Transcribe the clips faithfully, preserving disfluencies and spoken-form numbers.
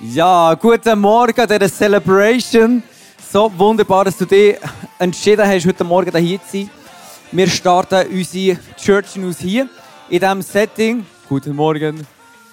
Ja, guten Morgen an dieser Celebration. So wunderbar, dass du dich entschieden hast, heute Morgen hier zu sein. Wir starten unsere Church News hier in diesem Setting. Guten Morgen.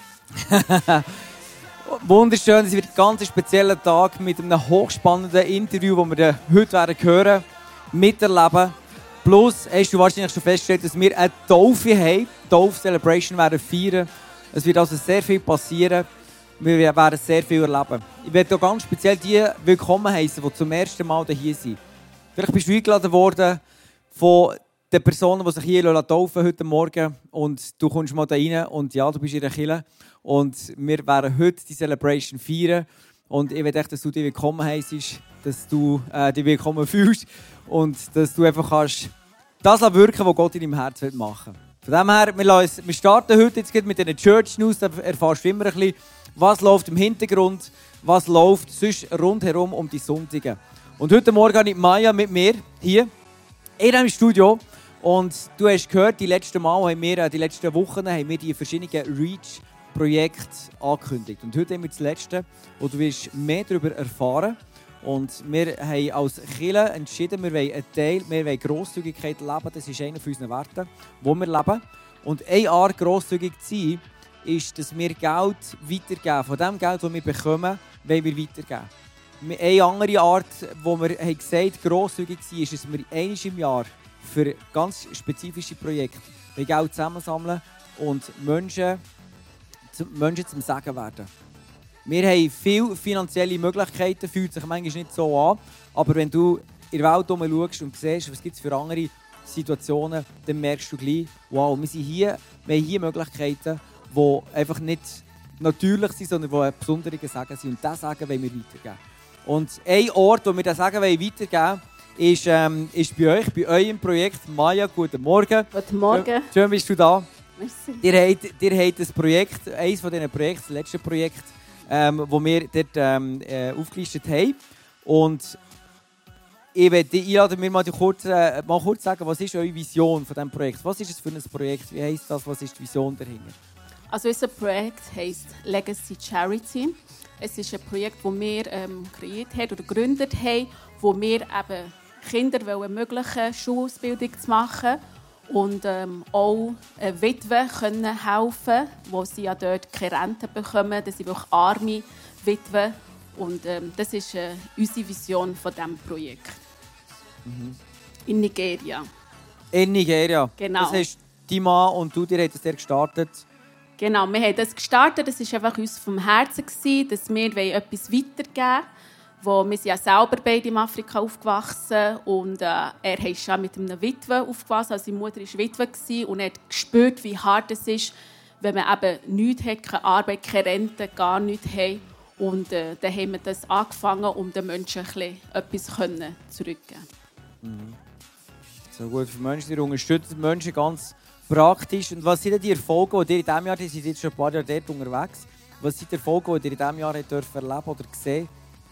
Wunderschön, es wird ein ganz spezieller Tag mit einem hochspannenden Interview, das wir heute werden hören, miterleben. Plus hast du wahrscheinlich schon festgestellt, dass wir eine Taufe haben. Taufe-Celebration werden feiern. Es wird also sehr viel passieren. Wir werden sehr viel erleben. Ich werde hier ganz speziell die willkommen heißen, die zum ersten Mal hier sind. Vielleicht bist du eingeladen worden von den Personen, die sich hier taufen heute Morgen. Und du kommst mal da rein und ja, du bist in der Kirche. Und wir werden heute die Celebration feiern. Und ich will echt, dass du dich willkommen heisst, dass du äh, dich willkommen fühlst und dass du einfach kannst das wirken, was Gott in deinem Herzen machen will. Von dem her, wir, lassen, wir starten heute jetzt mit den Church News. Da erfährst du immer ein bisschen, was läuft im Hintergrund, was läuft sonst rundherum um die Sonntage. Und heute Morgen habe ich Maya mit mir hier in einem Studio. Und du hast gehört, die letzten Mal haben wir, die letzten Wochen haben wir die verschiedenen Reach-Projekte angekündigt. Und heute haben wir das letzte, wo du wirst mehr darüber erfahren. Und wir haben als Kirche entschieden, wir wollen einen Teil, wir wollen Grosszügigkeit leben. Das ist einer unserer Werte, wo wir leben. Und eine Art, grosszügig zu sein, ist, dass wir Geld weitergeben. Von dem Geld, das wir bekommen, wollen wir weitergeben. Eine andere Art, wo wir haben gesagt grosszügig sein, ist, dass wir einmal im Jahr für ganz spezifische Projekte Geld zusammensammeln und Menschen, Menschen zum Segen werden. Wir haben viele finanzielle Möglichkeiten, fühlt sich manchmal nicht so an. Aber wenn du in der Welt herumschaust und siehst, was gibt es für andere Situationen, dann merkst du gleich, wow, wir sind hier, wir haben hier Möglichkeiten, die einfach nicht natürlich sind, sondern die ein besonderer Segen sind. Und diesen Segen wollen wir weitergeben. Und ein Ort, wo wir diesen Segen weitergeben wollen, ist, ähm, ist bei euch, bei eurem Projekt. Maya, guten Morgen. Guten Morgen. Schön, bist du da. Merci. Ihr habt, ihr habt ein Projekt, eines von diesen Projekten, das letzte Projekt, ähm, das wir dort ähm, äh, aufgelistet haben. Und ich werde dich einladen, mir mal kurz, äh, mal kurz sagen, was ist eure Vision von diesem Projekt? Was ist es für ein Projekt? Wie heisst das? Was ist die Vision dahinter? Also unser Projekt heisst Legacy Charity. Es ist ein Projekt, das wir ähm, kreiert haben oder gegründet haben, wo wir eben Kindern ermöglichen, Schulausbildung zu machen und ähm, auch äh, Witwen können helfen, wo sie ja dort keine Rente bekommen. Das sind wirklich arme Witwen. Und ähm, das ist äh, unsere Vision von diesem Projekt. Mhm. In Nigeria. In Nigeria? Genau. Das heißt, dein Mann und du, ihr habt das gestartet? Genau, wir haben das gestartet. Das war einfach uns vom Herzen, dass wir etwas weitergeben wollen. Wir sind ja selber beide in Afrika aufgewachsen und äh, er ist schon mit einer Witwe aufgewachsen. Also seine Mutter war Witwe und er hat gespürt, wie hart es ist, wenn man eben nichts hat, keine Arbeit, keine Rente, gar nichts hat. Und äh, dann haben wir das angefangen, um den Menschen etwas zurückzugeben. Mhm. So gut für Menschen, die unterstützen Menschen ganz praktisch. Und was sind denn die Erfolge, die ihr in diesem Jahr, die sind jetzt schon ein paar Jahre dort unterwegs, was sind die Erfolge, die ihr in diesem Jahr erleben erleben oder gesehen?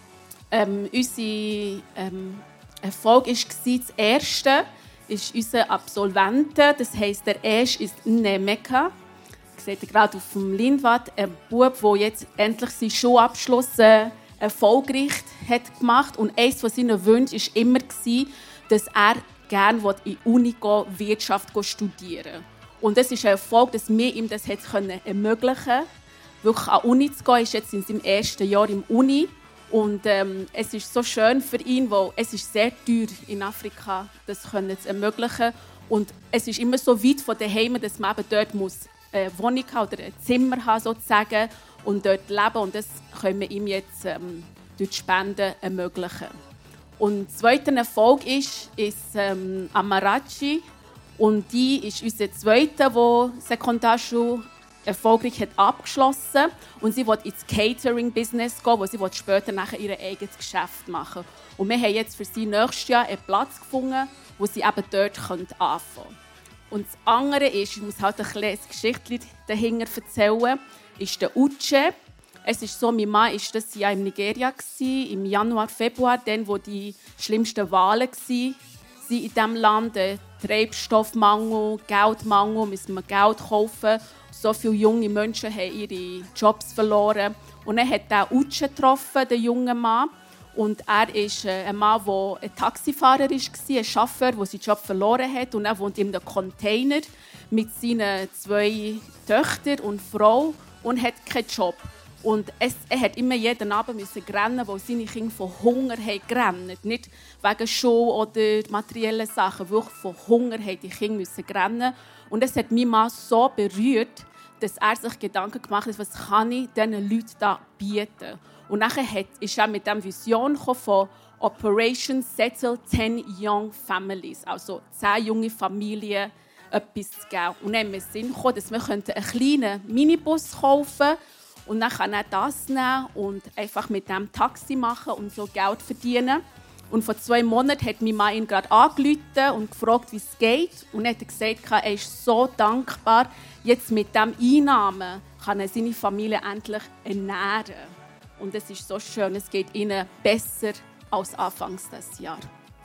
Ähm, unser ähm, Erfolg war, das erste ist unser Absolventen, das heisst, der erste ist Nnemeka. Seht ihr gerade auf dem Leinwand, ein Bub, der jetzt endlich seinen Schulabschluss äh, erfolgreich hat gemacht. Und eines von seinen Wünschen war immer, dass er gerne in die Uni gehen, Wirtschaft studieren. Und das ist ein Erfolg, dass wir ihm das ermöglichen können. Wirklich an die Uni zu gehen, er ist jetzt in seinem ersten Jahr in der Uni. Und ähm, es ist so schön für ihn, weil es ist sehr teuer in Afrika, das zu ermöglichen. Und es ist immer so weit von daheim, dass man eben dort muss eine Wohnung haben oder ein Zimmer haben, sozusagen, und dort leben. Und das können wir ihm jetzt ähm, durch die Spenden ermöglichen. Und der zweite Erfolg ist, ist ähm, Amarachi. Und die ist unsere zweite, die Sekundarschule erfolgreich hat abgeschlossen. Und sie will ins Catering-Business gehen, wo sie später nachher ihr eigenes Geschäft machen. Und wir haben jetzt für sie nächstes Jahr einen Platz gefunden, wo sie eben dort anfangen können. Und das andere ist, ich muss halt ein kleines Geschichtchen dahinter erzählen, ist der Uche. Es ist so, mein Mann war das Jahr in Nigeria, im Januar, Februar, dann, wo die schlimmsten Wahlen waren in diesem Land. Treibstoffmangel, Geldmangel, müssen wir Geld kaufen. So viele junge Menschen haben ihre Jobs verloren. Und dann hat er Uche getroffen, den jungen Mann. Und er ist ein Mann, der ein Taxifahrer war, ein Chauffeur, der seinen Job verloren hat. Und er wohnt in einem Container mit seinen zwei Töchtern und Frau und hat keinen Job. Und es, er hat immer jeden Abend müssen rennen, weil seine Kinder von Hunger haben gerannt. Nicht wegen Schuhe oder materiellen Sachen, wirklich von Hunger haben die Kinder müssen rennen. Und es hat meinen Mann so berührt, dass er sich Gedanken gemacht hat, was kann ich diesen Leuten da bieten. Und dann ist er mit dieser Vision von Operation Settle ten Young Families, also zehn junge Familien, etwas zu geben. Und dann haben wir Sinn gekommen, dass wir einen kleinen Minibus kaufen können. Und dann kann er das nehmen und einfach mit dem Taxi machen und so Geld verdienen. Und vor zwei Monaten hat mein Mann ihn gerade angerufen und gefragt, wie es geht. Und er hat gesagt, er ist so dankbar, jetzt mit diesem Einnahmen kann er seine Familie endlich ernähren. Und es ist so schön, es geht ihnen besser als Anfangs des Jahres.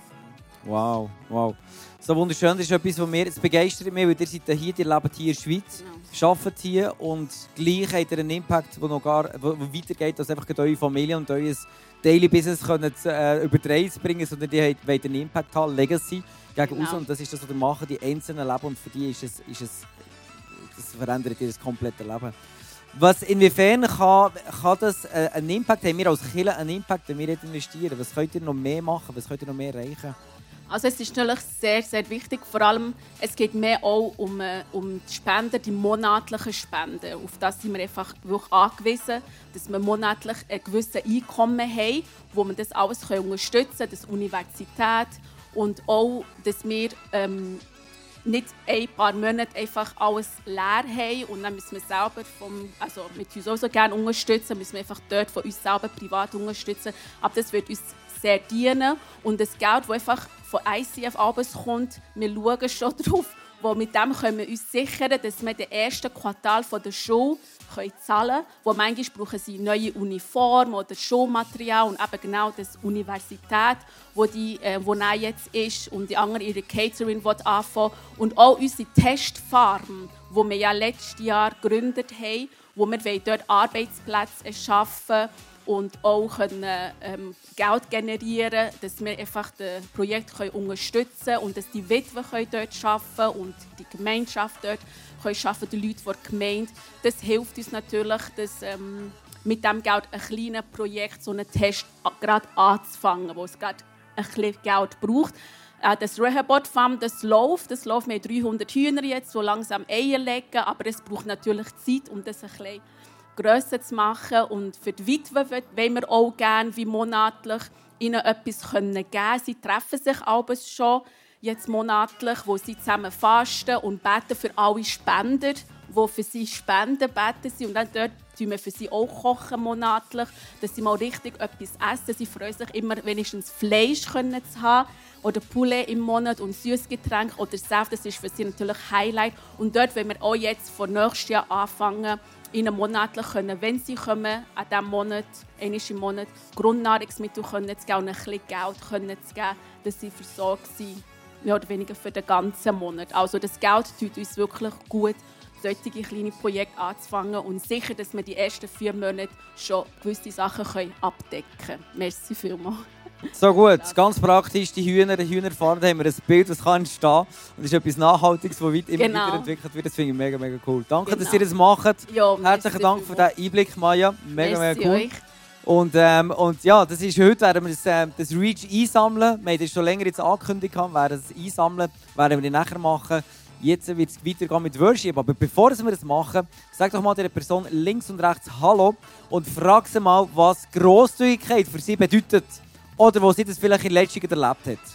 Wow, wow. So wunderschön, das ist etwas, was mir, es begeistert mich, weil ihr seid hier, ihr lebt hier in der Schweiz, genau. Arbeitet hier und gleich habt ihr einen Impact, der noch gar, wo weitergeht, als einfach eure Familie und euer Daily Business können, äh, über die Reise bringen, sondern die wollen einen Impact haben, Legacy gegen genau. Und das ist das, was ihr macht, die einzelnen Leben und für die ist es, ist es das verändert ihr das komplette Leben. Was, inwiefern kann, kann das äh, einen Impact haben? Wir als Kirche einen Impact, wenn wir jetzt investieren? Was könnt ihr noch mehr machen? Was könnt ihr noch mehr erreichen? Also es ist natürlich sehr, sehr wichtig. Vor allem, es geht mehr auch um, um die Spenden, die monatlichen Spenden. Auf das sind wir einfach wirklich angewiesen, dass wir monatlich ein gewisses Einkommen haben, wo wir das alles unterstützen können, das Universität und auch, dass wir ähm, nicht ein paar Monate einfach alles leer haben und dann müssen wir selber vom, also mit uns auch so gerne unterstützen, müssen wir einfach dort von uns selber privat unterstützen. Aber das wird uns sehr dienen und das Geld, das einfach von I C F kommt, wir schauen schon drauf, wo mit dem können wir uns sichern, dass wir den ersten Quartal der Schule zahlen können. Wo manchmal brauchen sie neue Uniformen oder Schulmaterial und eben genau das Universität, wo die, äh, wo jetzt ist und die andere ihre Catering anfangen. Und auch unsere Testfarm, die wir ja letztes Jahr gegründet haben, wo wir dort Arbeitsplätze schaffen und auch können, ähm, Geld generieren, dass wir einfach das Projekt können unterstützen können und dass die Witwen können dort arbeiten können und die Gemeinschaft dort können arbeiten, die Leute der Gemeinde. Das hilft uns natürlich, dass, ähm, mit diesem Geld ein kleines Projekt, so einen Test gerade anzufangen, wo es gerade ein bisschen Geld braucht. Äh, das Rehoboth Farm, das läuft. Das läuft mit dreihundert Hühner jetzt, so langsam Eier legen, aber es braucht natürlich Zeit, um das ein bisschen grösser zu machen. Und für die Witwen wollen wir auch gerne wie monatlich ihnen etwas geben können. Sie treffen sich abends schon jetzt monatlich, wo sie zusammen fasten und beten für alle Spender, die für sie spenden, beten sie. Und dann dort kochen wir für sie auch kochen monatlich, dass sie mal richtig etwas essen. Sie freuen sich immer, wenigstens Fleisch können zu haben oder Poulet im Monat und Süßgetränk oder Saft. Das ist für sie natürlich Highlight. Und dort wollen wir auch jetzt von nächstes Jahr anfangen, ihnen monatlich können, wenn sie kommen, an diesem Monat, einmal im Monat, Grundnahrungsmittel können zu geben und ein bisschen Geld können zu geben, dass sie versorgt sind, mehr oder weniger für den ganzen Monat. Also das Geld tut uns wirklich gut, solche kleine Projekte anzufangen und sicher, dass wir die ersten vier Monate schon gewisse Sachen können abdecken können. Merci vielmals. So gut, ganz praktisch, die Hühner, die Hühnerfarm, da haben wir ein Bild, das kann entstehen. Und das ist etwas Nachhaltiges, das weit immer genau. weiterentwickelt wird. Das finde ich mega, mega cool. Danke, genau. dass ihr das macht. Ja, herzlichen Dank für diesen Einblick, Maja. Mega, merci mega cool. Euch. Und, ähm, und ja, das ist heute, werden wir das, äh, das Reach einsammeln. Wir haben das schon länger jetzt angekündigt, werden das einsammeln, werden wir das nachher machen. Jetzt wird es weitergehen mit Worship. Aber bevor wir das machen, sag doch mal der Person links und rechts Hallo und frag sie mal, was Grosszügigkeit für sie bedeutet. Oder wo sie das vielleicht in letzter Zeit erlebt hat.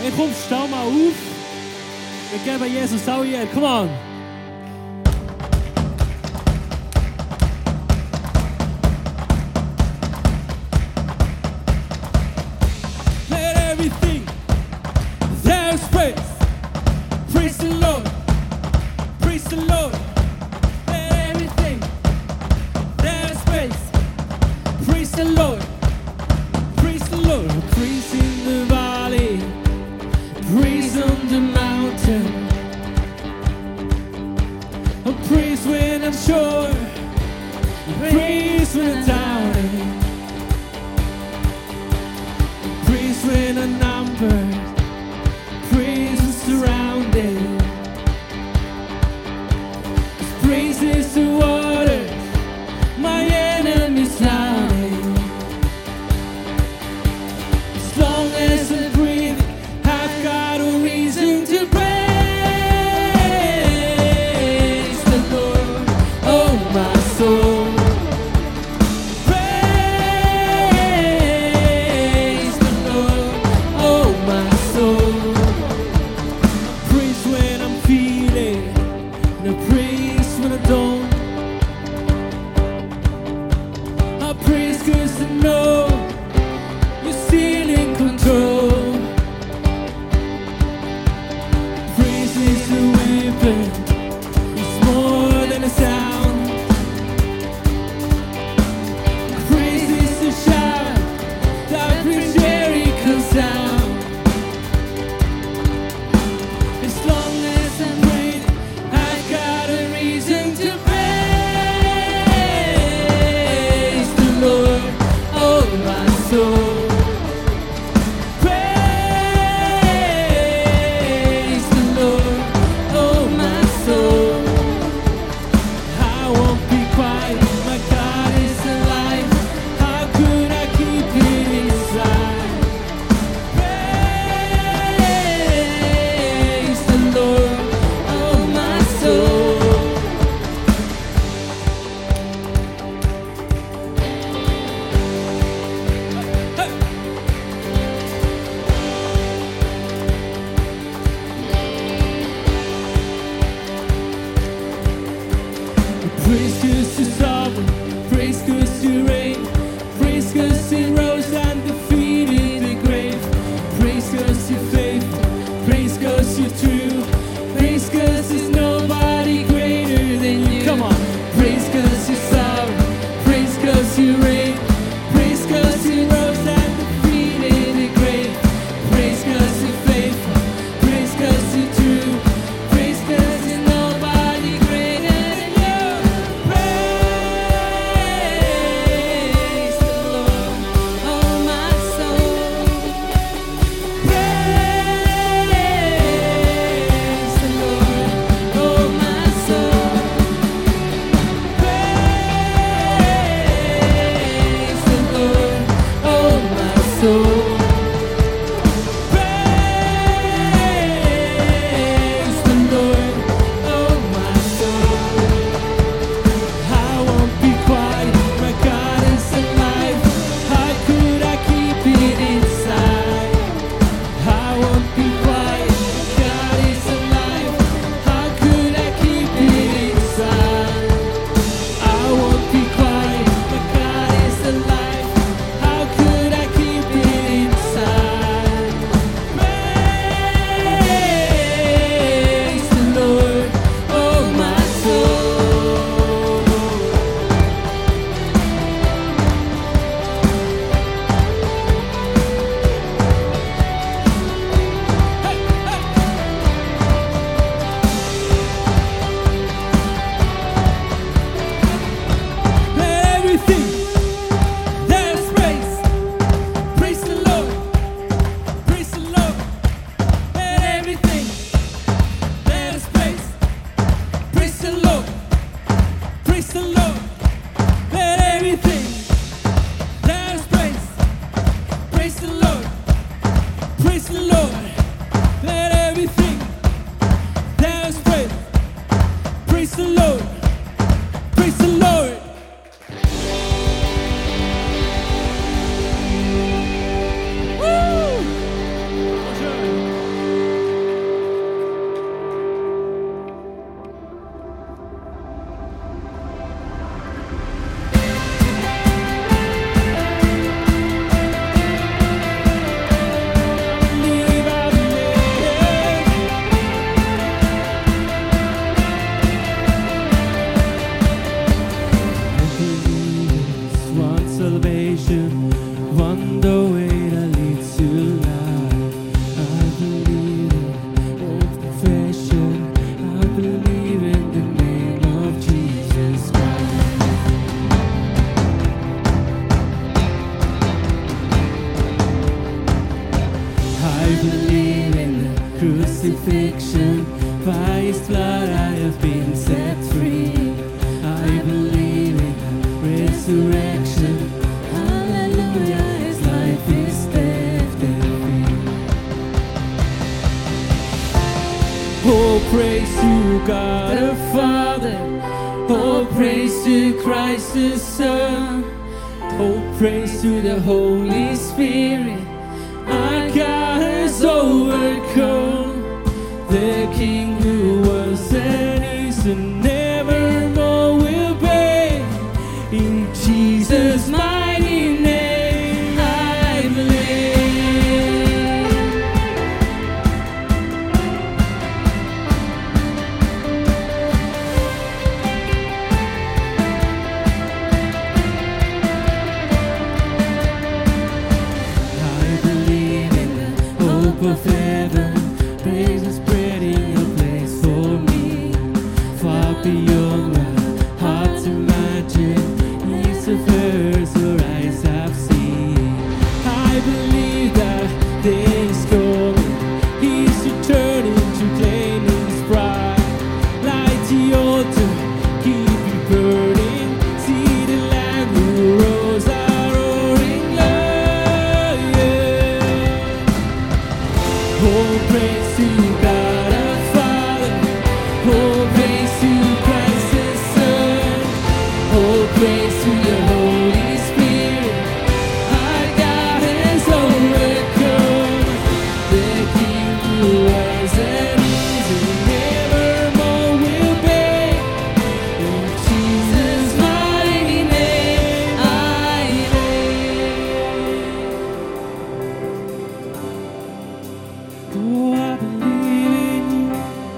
Hey, komm, steh mal auf. Wir geben Jesus alle Ehre. Come on. Let everything there's praise. Praise the Lord. Praise the Lord. Let everything there's praise. Praise the Lord. Praise the Lord. Praise in the valley. Praise on the mountain. Oh, praise when I'm sure. Praise when I'm doubting. Praise when I'm numbered. Praise when surrounded. Praise is the water my enemies drowning. As long as I breathe, I've got a reason to praise the Lord, oh my soul. Praise the Lord, oh my soul. Praise when I'm feeling, and I praise when I don't. I praise 'cause I know you're still in control. Praise is a weapon, it's more than a sound. Praise is a shout that brings Jericho down. As long as I'm breathing, I've got a reason to praise the Lord, oh my soul. Praise the Lord, oh my soul. I won't be quiet, my God is alive. How could I keep it inside? Praise the Lord, oh my soul. Praise 'cause you're sovereign, praise 'cause you reign, praise 'cause you rose and defeated the grave, praise 'cause you're faithful, praise 'cause you're true, praise 'cause there's nobody greater than you. Come on. Praise 'cause you're sovereign, praise 'cause you reign, praise 'cause you rose and defeated the grave, praise 'cause you're faithful, praise 'cause you're true, praise 'cause there's nobody greater than you. Praise the Lord, oh my soul. Praise the Lord, oh my soul. Praise the Lord, oh my soul. Praise the Lord, oh my soul. I won't be quiet, my God is alive. How could I keep it inside? I won't be quiet, my God is alive. How could I keep it inside? I won't be quiet, my God is alive. How could I keep it inside? Praise the Lord, oh my soul. Let everything there's praise. Praise the Lord. Praise the Lord. Let everything there's praise. Praise the Lord. Praise the Lord. Let everything there's praise. Praise the Lord. Praise the Lord. Let everything there's praise. Praise the Lord. Praise the Lord. Woo! God the Father. Oh, praise to Christ the Son. Oh, praise to the Holy Spirit. Our God has overcome. The King who was and is and nevermore will be. In Jesus' mighty name I believe. I believe in the hope of heaven. Praise is spreading a place for me, far beyond my heart's imagine. East of earth your eyes have seen. I believe that day is coming. He's returning to claim his bride. Light the altar, keep it burning. See the Lamb who rose our roaring love. Yeah. Oh, praise to God our Father. Oh, praise to Christ the Son. Oh, praise to the Holy Spirit. Our God has overcome. The King who was and is and evermore will be. In Jesus' mighty name I live. Oh, I believe in you.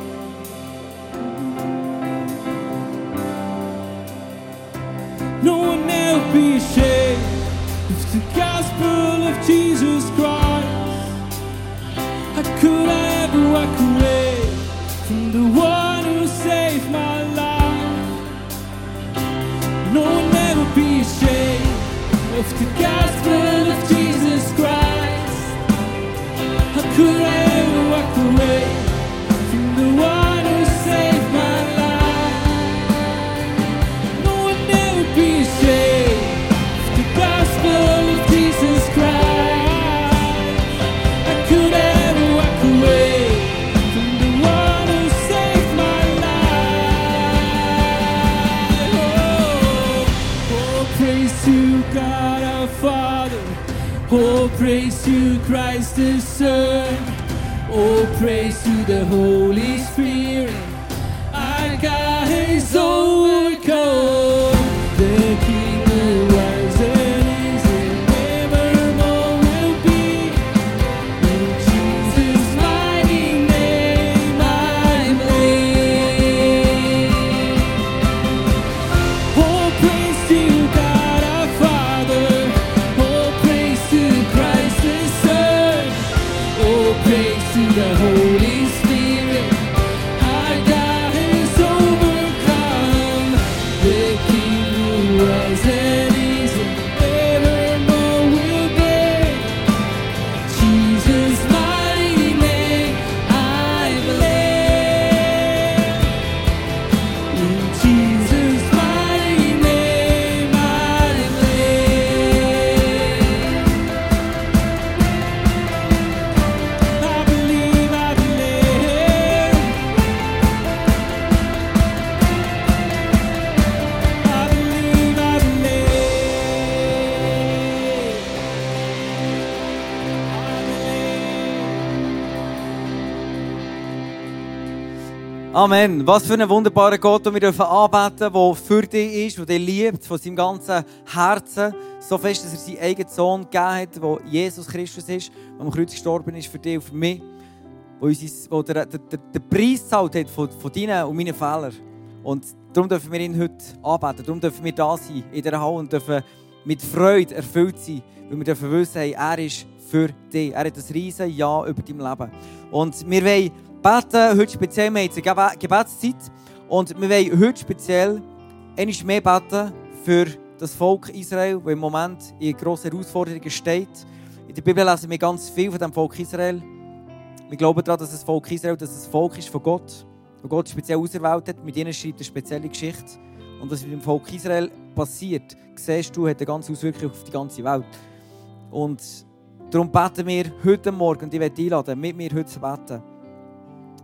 No one ever be ashamed. It's the gospel of Jesus Christ. How could I ever walk away from the one who saved my life? No one ever be ashamed of the gospel of Jesus Christ. How could I ever walk away from the one who saved my life? No one ever be ashamed of the gospel of Jesus Christ. How could I ever walk away from the one who saved my life? Oh, oh, praise to God our Father. Oh, praise to Christ the Son. Oh, praise to the Holy Spirit. Our God is overcome. The King who was and is and evermore will be. In Jesus' mighty name I believe. Oh, praise to God our Father. Oh, praise to Christ the Son. Oh, praise to the Holy Spirit. Our God has overcome. The King who was and is and evermore will be. Jesus' mighty name I believe. In Jesus' mighty name I believe. I believe, I believe. I believe, I believe. Amen. Was für ein wunderbarer Gott, den wir dürfen anbeten, der für dich ist, der dich liebt, von seinem ganzen Herzen. So fest, dass er seinen eigenen Sohn gegeben hat, der Jesus Christus ist, der am Kreuz gestorben ist für dich und für mich. Der, uns, der, der, der, der Preis gezahlt hat von, von deinen und meinen Fehlern. Und darum dürfen wir ihn heute anbeten. Darum dürfen wir da sein in dieser Halle und dürfen mit Freude erfüllt sein. Weil wir dürfen wissen, hey, er ist für dich. Er hat ein riesen Ja über dein Leben. Und wir wollen beten, heute speziell, wir haben jetzt eine Gebetszeit. Und wir wollen heute speziell einmal mehr beten für das Volk Israel, das im Moment in grossen Herausforderungen steht. In der Bibel lesen wir ganz viel von dem Volk Israel. Wir glauben daran, dass das Volk Israel dass das Volk ist von Gott, wo Gott speziell auserwählt hat. Mit ihnen schreibt eine spezielle Geschichte. Und was mit dem Volk Israel passiert, siehst du, hat eine ganze Auswirkung auf die ganze Welt. Und darum beten wir heute Morgen, und ich werde einladen, mit mir heute zu beten.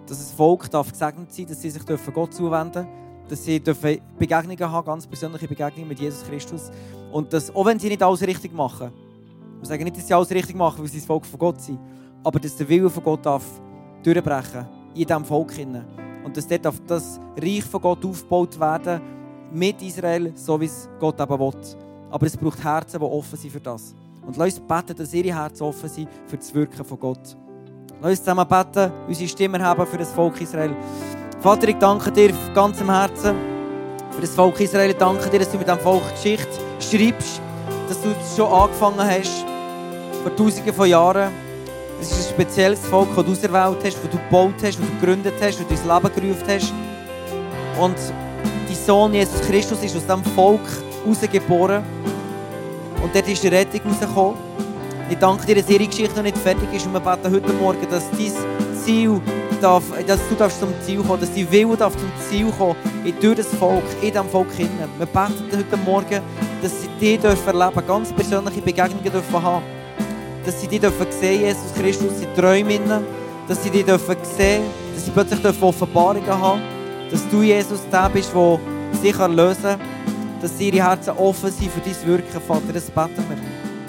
dass das Volk darf gesegnet sein, dass sie sich Gott zuwenden dürfen, dass sie dürfen Begegnungen haben, ganz persönliche Begegnungen mit Jesus Christus. Und dass, auch wenn sie nicht alles richtig machen, wir sagen nicht, dass sie alles richtig machen, weil sie das Volk von Gott sind, aber dass der Wille von Gott darf durchbrechen in diesem Volk. Und dass dort auf das Reich von Gott aufgebaut werden mit Israel, so wie es Gott eben will. Aber es braucht Herzen, die offen sind für das. Und lass uns beten, dass ihre Herzen offen sind für das Wirken von Gott. Lass uns zusammen beten, unsere Stimmen haben für das Volk Israel. Vater, ich danke dir von ganzem Herzen für das Volk Israel. Ich danke dir, dass du mit diesem Volk Geschichte schreibst, dass du es schon angefangen hast, vor Tausenden von Jahren. Es ist ein spezielles Volk, das du auserwählt hast, das du gebaut hast, das du gegründet hast, das du ins Leben gerufen hast. Und dein Sohn Jesus Christus ist aus diesem Volk herausgeboren. Und dort ist die Rettung rausgekommen. Ich danke dir, dass ihre Geschichte noch nicht fertig ist. Und wir beten heute Morgen, dass dein Ziel darf, dass du darfst zum Ziel kommen, dass dein Wille darf zum Ziel kommen, durch das Volk, in diesem Volk hinein. Wir beten heute Morgen, dass sie dich dürfen erleben, ganz persönliche Begegnungen dürfen haben. Dass sie dich dürfen sehen, Jesus Christus, in Träumen, dass sie dich dürfen sehen, dass sie plötzlich dürfen Offenbarungen haben, dass du, Jesus, der bist, der sie lösen kann, dass ihre Herzen offen sind für dein Wirken, Vater, das beten wir.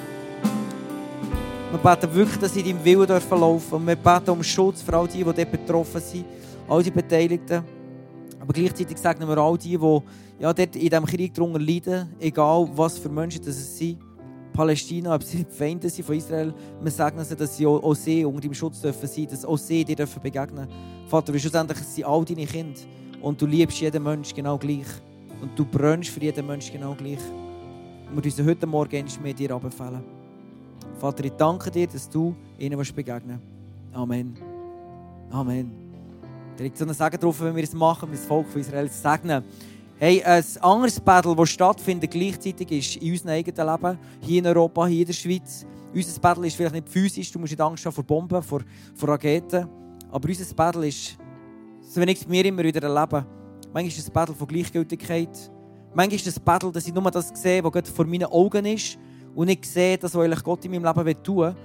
Wir beten wirklich, dass sie in deinem Willen laufen dürfen. Und wir beten um Schutz für all die, die dort betroffen sind, all die Beteiligten. Aber gleichzeitig segnen wir all die, die ja, dort in diesem Krieg darunter leiden, egal was für Menschen das es sind. Palästina, ob sie Feinde sind von Israel, wir segnen sie, dass sie auch, auch sie unter deinem Schutz dürfen sein, dass auch sie dir dürfen begegnen. Vater, weil schlussendlich sind all deine Kinder und du liebst jeden Menschen genau gleich. Und du brennst für jeden Menschen genau gleich. Und wir uns heute Morgen einmal mehr dir runterbefehlen. Vater, ich danke dir, dass du ihnen begegnen willst. Amen. Amen. Da liegt so ein Segen drauf, wenn wir es machen, wir das Volk von Israel segnen. Hey, ein anderes Battle, das stattfindet gleichzeitig ist in unserem eigenen Leben, hier in Europa, hier in der Schweiz. Unser Battle ist vielleicht nicht physisch, du musst nicht Angst haben vor Bomben, vor, vor Raketen. Aber unser Battle ist, so wie ich es mir immer wieder erlebe, manchmal ist es ein Battle von Gleichgültigkeit. Manchmal ist es ein Battle, dass ich nur das sehe, was Gott vor meinen Augen ist und nicht sehe, das, was Gott in meinem Leben tun will.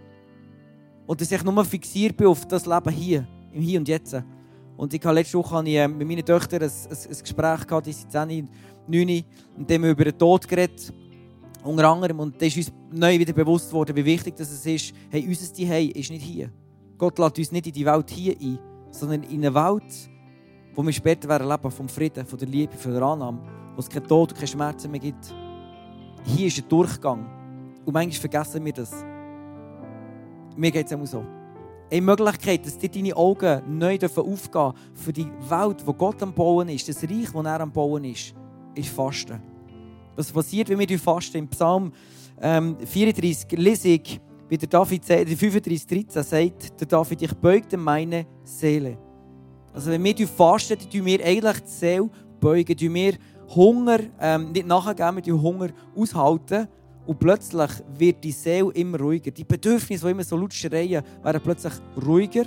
Und dass ich nur fixiert bin auf das Leben hier, im Hier und Jetzt. Und ich hatte letzte Woche mit meinen Töchtern ein, ein, ein Gespräch gehabt, die sind zehn, neun, und haben wir über den Tod geredet. Unter anderem. Und da ist uns neu wieder bewusst worden, wie wichtig das ist. Hey, unser Zuhause ist nicht hier. Gott lässt uns nicht in die Welt hier ein, sondern in eine Welt, wo wir später werden leben, vom Frieden, von der Liebe, von der Annahme, wo es keinen Tod und keine Schmerzen mehr gibt. Hier ist ein Durchgang. Und manchmal vergessen wir das. Mir geht es auch so. Eine Möglichkeit, dass dir deine Augen neu aufgehen dürfen für die Welt, die Gott am Bauen ist, das Reich, das er am Bauen ist, ist Fasten. Was passiert, wenn wir fasten? Im Psalm ähm, vierunddreißig lese ich, wie der David fünfunddreißig dreizehn sagt, der David, ich beugte meine Seele. Also wenn wir fasten, dann tun wir eigentlich die Seele beugen, tun wir Hunger ähm, nicht nachgeben, wir Hunger aushalten. Und plötzlich wird die Seele immer ruhiger. Die Bedürfnisse, die immer so laut schreien, werden plötzlich ruhiger.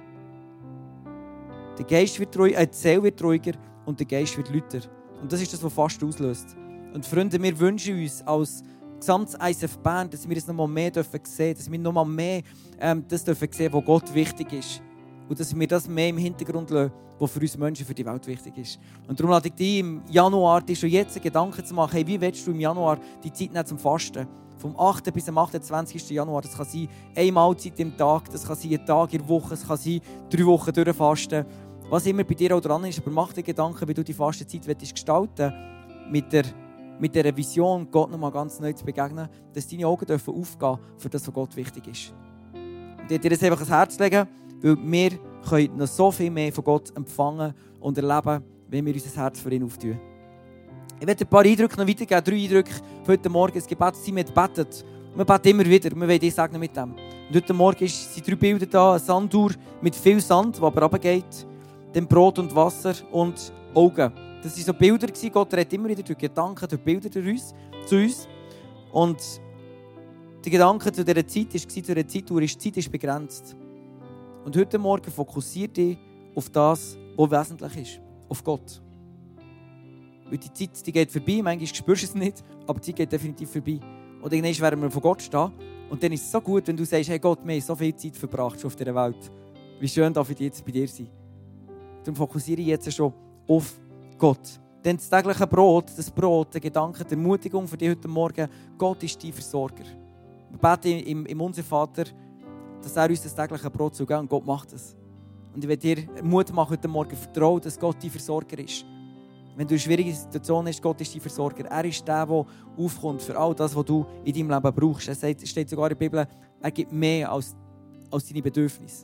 Der Geist wird ruhiger, äh, die Seele wird ruhiger und der Geist wird lauter. Und das ist das, was Fasten auslöst. Und Freunde, wir wünschen uns als gesamtes I S F Bern, dass wir das noch mal mehr sehen dürfen, dass wir noch mal mehr ähm, das dürfen sehen, was Gott wichtig ist. Und dass wir das mehr im Hintergrund lassen, was für uns Menschen, für die Welt wichtig ist. Und darum lade ich dich im Januar, dir schon jetzt Gedanken zu machen, hey, wie willst du im Januar die Zeit nehmen zum Fasten? Vom achten bis zum achtundzwanzigsten Januar. Das kann sein eine Mahlzeit im Tag, das kann sein ein Tag in der Woche, das kann sein drei Wochen durchfasten. Was immer bei dir auch dran ist, aber mach dir Gedanken, wie du die Fastenzeit gestalten willst, mit der, mit der Vision, Gott noch mal ganz neu zu begegnen, dass deine Augen dürfen aufgehen für das, was Gott wichtig ist. Und ich dir das einfach ans Herz legen, weil wir können noch so viel mehr von Gott empfangen und erleben, wenn wir unser Herz für ihn auftun. Ich werde ein paar Eindrücke noch weitergeben, drei Eindrücke für heute Morgen. Es gibt Gebetszeit, wir beten. Wir beten immer wieder, wir wollen dich segnen mit dem. Und heute Morgen sind drei Bilder da, eine Sanduhr mit viel Sand, die aber runtergeht, dann Brot und Wasser und Augen. Das waren so Bilder, Gott redet immer wieder durch Gedanken, durch Bilder durch uns, zu uns. Und der Gedanke zu dieser Zeit war, zu dieser Zeituhr, die Zeit ist begrenzt. Und heute Morgen fokussiert dich auf das, was wesentlich ist. Auf Gott. Weil die Zeit die geht vorbei, manchmal spürst du es nicht, aber die Zeit geht definitiv vorbei. Und irgendwann werden wir vor Gott stehen. Und dann ist es so gut, wenn du sagst, hey Gott, wir haben so viel Zeit verbracht schon auf dieser Welt. Wie schön darf ich jetzt bei dir sein. Darum fokussiere ich jetzt schon auf Gott. Denn das tägliche Brot, das Brot, der Gedanke, die Ermutigung für dich heute Morgen, Gott ist dein Versorger. Wir beten im, im Unser Vater, dass er uns das tägliche Brot zugeht und Gott macht es. Und ich will dir Mut machen heute Morgen, vertrauen, dass Gott dein Versorger ist. Wenn du in einer schwierigen Situation bist, Gott ist dein Versorger. Er ist der, der aufkommt für all das, was du in deinem Leben brauchst. Es steht sogar in der Bibel, er gibt mehr als, als deine Bedürfnisse.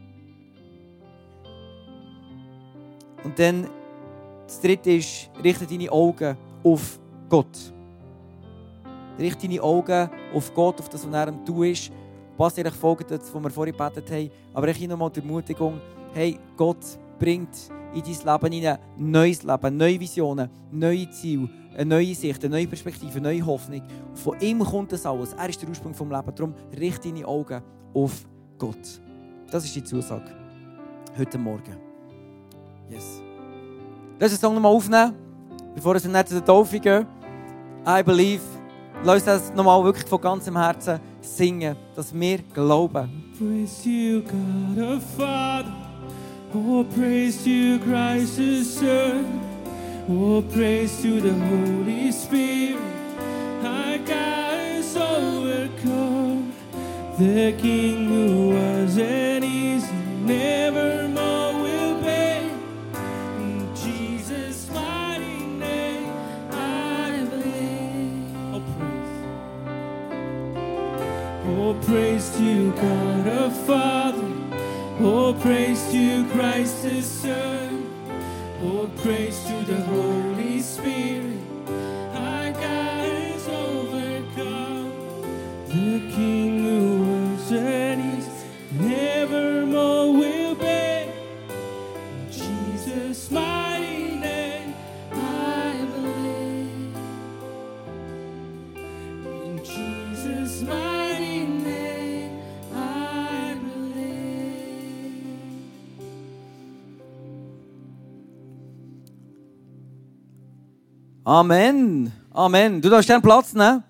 Und dann, das Dritte ist, richte deine Augen auf Gott. Richte deine Augen auf Gott, auf das, was er am Tun ist. Was eigentlich folgt das, was wir vorhin gebetet haben. Aber ich habe nochmal die Ermutigung, hey, Gott bringt in dein Leben ein neues Leben, neue Visionen, neue Ziele, eine neue Sicht, eine neue Perspektive, eine neue Hoffnung. Von ihm kommt das alles. Er ist der Ursprung des Lebens. Darum richte deine Augen auf Gott. Das ist die Zusage. Heute Morgen. Yes. Lass uns den Song nochmal aufnehmen, bevor wir nicht zu der Taufe gehen. I believe. Lass uns das nochmal wirklich von ganzem Herzen singen, dass wir glauben. Praise you, God our Father. Oh, praise to Christ the Son. Oh, praise to the Holy Spirit. Our God is overcome. The King who was and is and nevermore will be. In Jesus' mighty name, I believe. Oh, praise. Oh, praise to God our Father. Oh, praise to Christ the Son. Oh, praise to the Holy Spirit. Our God is overcome. The King who was and is nevermore will be. In Jesus' mighty name, I believe. In Jesus' mighty name, I believe. Amen. Amen. Du darfst gerne Platz nehmen.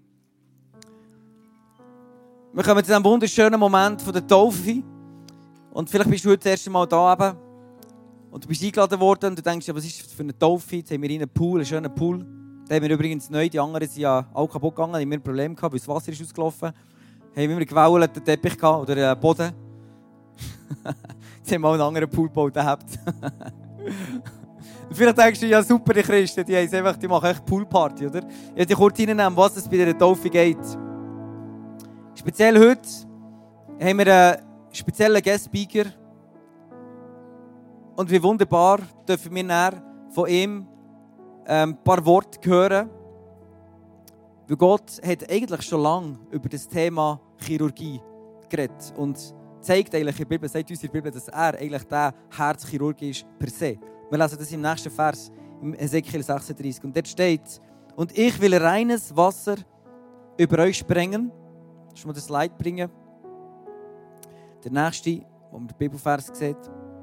Wir kommen zu diesem wunderschönen Moment von der Taufe. Und vielleicht bist du heute das erste Mal da eben. Und du bist eingeladen worden und du denkst, ja, was ist das für eine Taufe? Jetzt haben wir einen Pool, einen schönen Pool. Den haben wir übrigens neu. Die anderen sind ja auch kaputt gegangen. Die haben ein Problem gehabt, weil das Wasser ist ausgelaufen. Haben immer einen gewellten Teppich gehabt oder einen Boden. Jetzt haben wir auch einen anderen Pool gebaut. Vielleicht denkst du, ja super, die Christen, die, einfach, die machen echt Poolparty, oder? Ich will dich kurz reinnehmen, was es bei dieser Taufe geht. Speziell heute haben wir einen speziellen Guest-Speaker. Und wie wunderbar dürfen wir näher von ihm ein paar Worte hören. Weil Gott hat eigentlich schon lange über das Thema Chirurgie geredet. Und zeigt eigentlich in der Bibel, sagt uns in der Bibel, dass er eigentlich der Herzchirurg ist per se. Wir lesen das im nächsten Vers, im Ezekiel sechsunddreißig. Und dort steht, und ich will reines Wasser über euch sprengen. Kannst du mal das Slide bringen? Der nächste, wo man den Bibelvers sieht.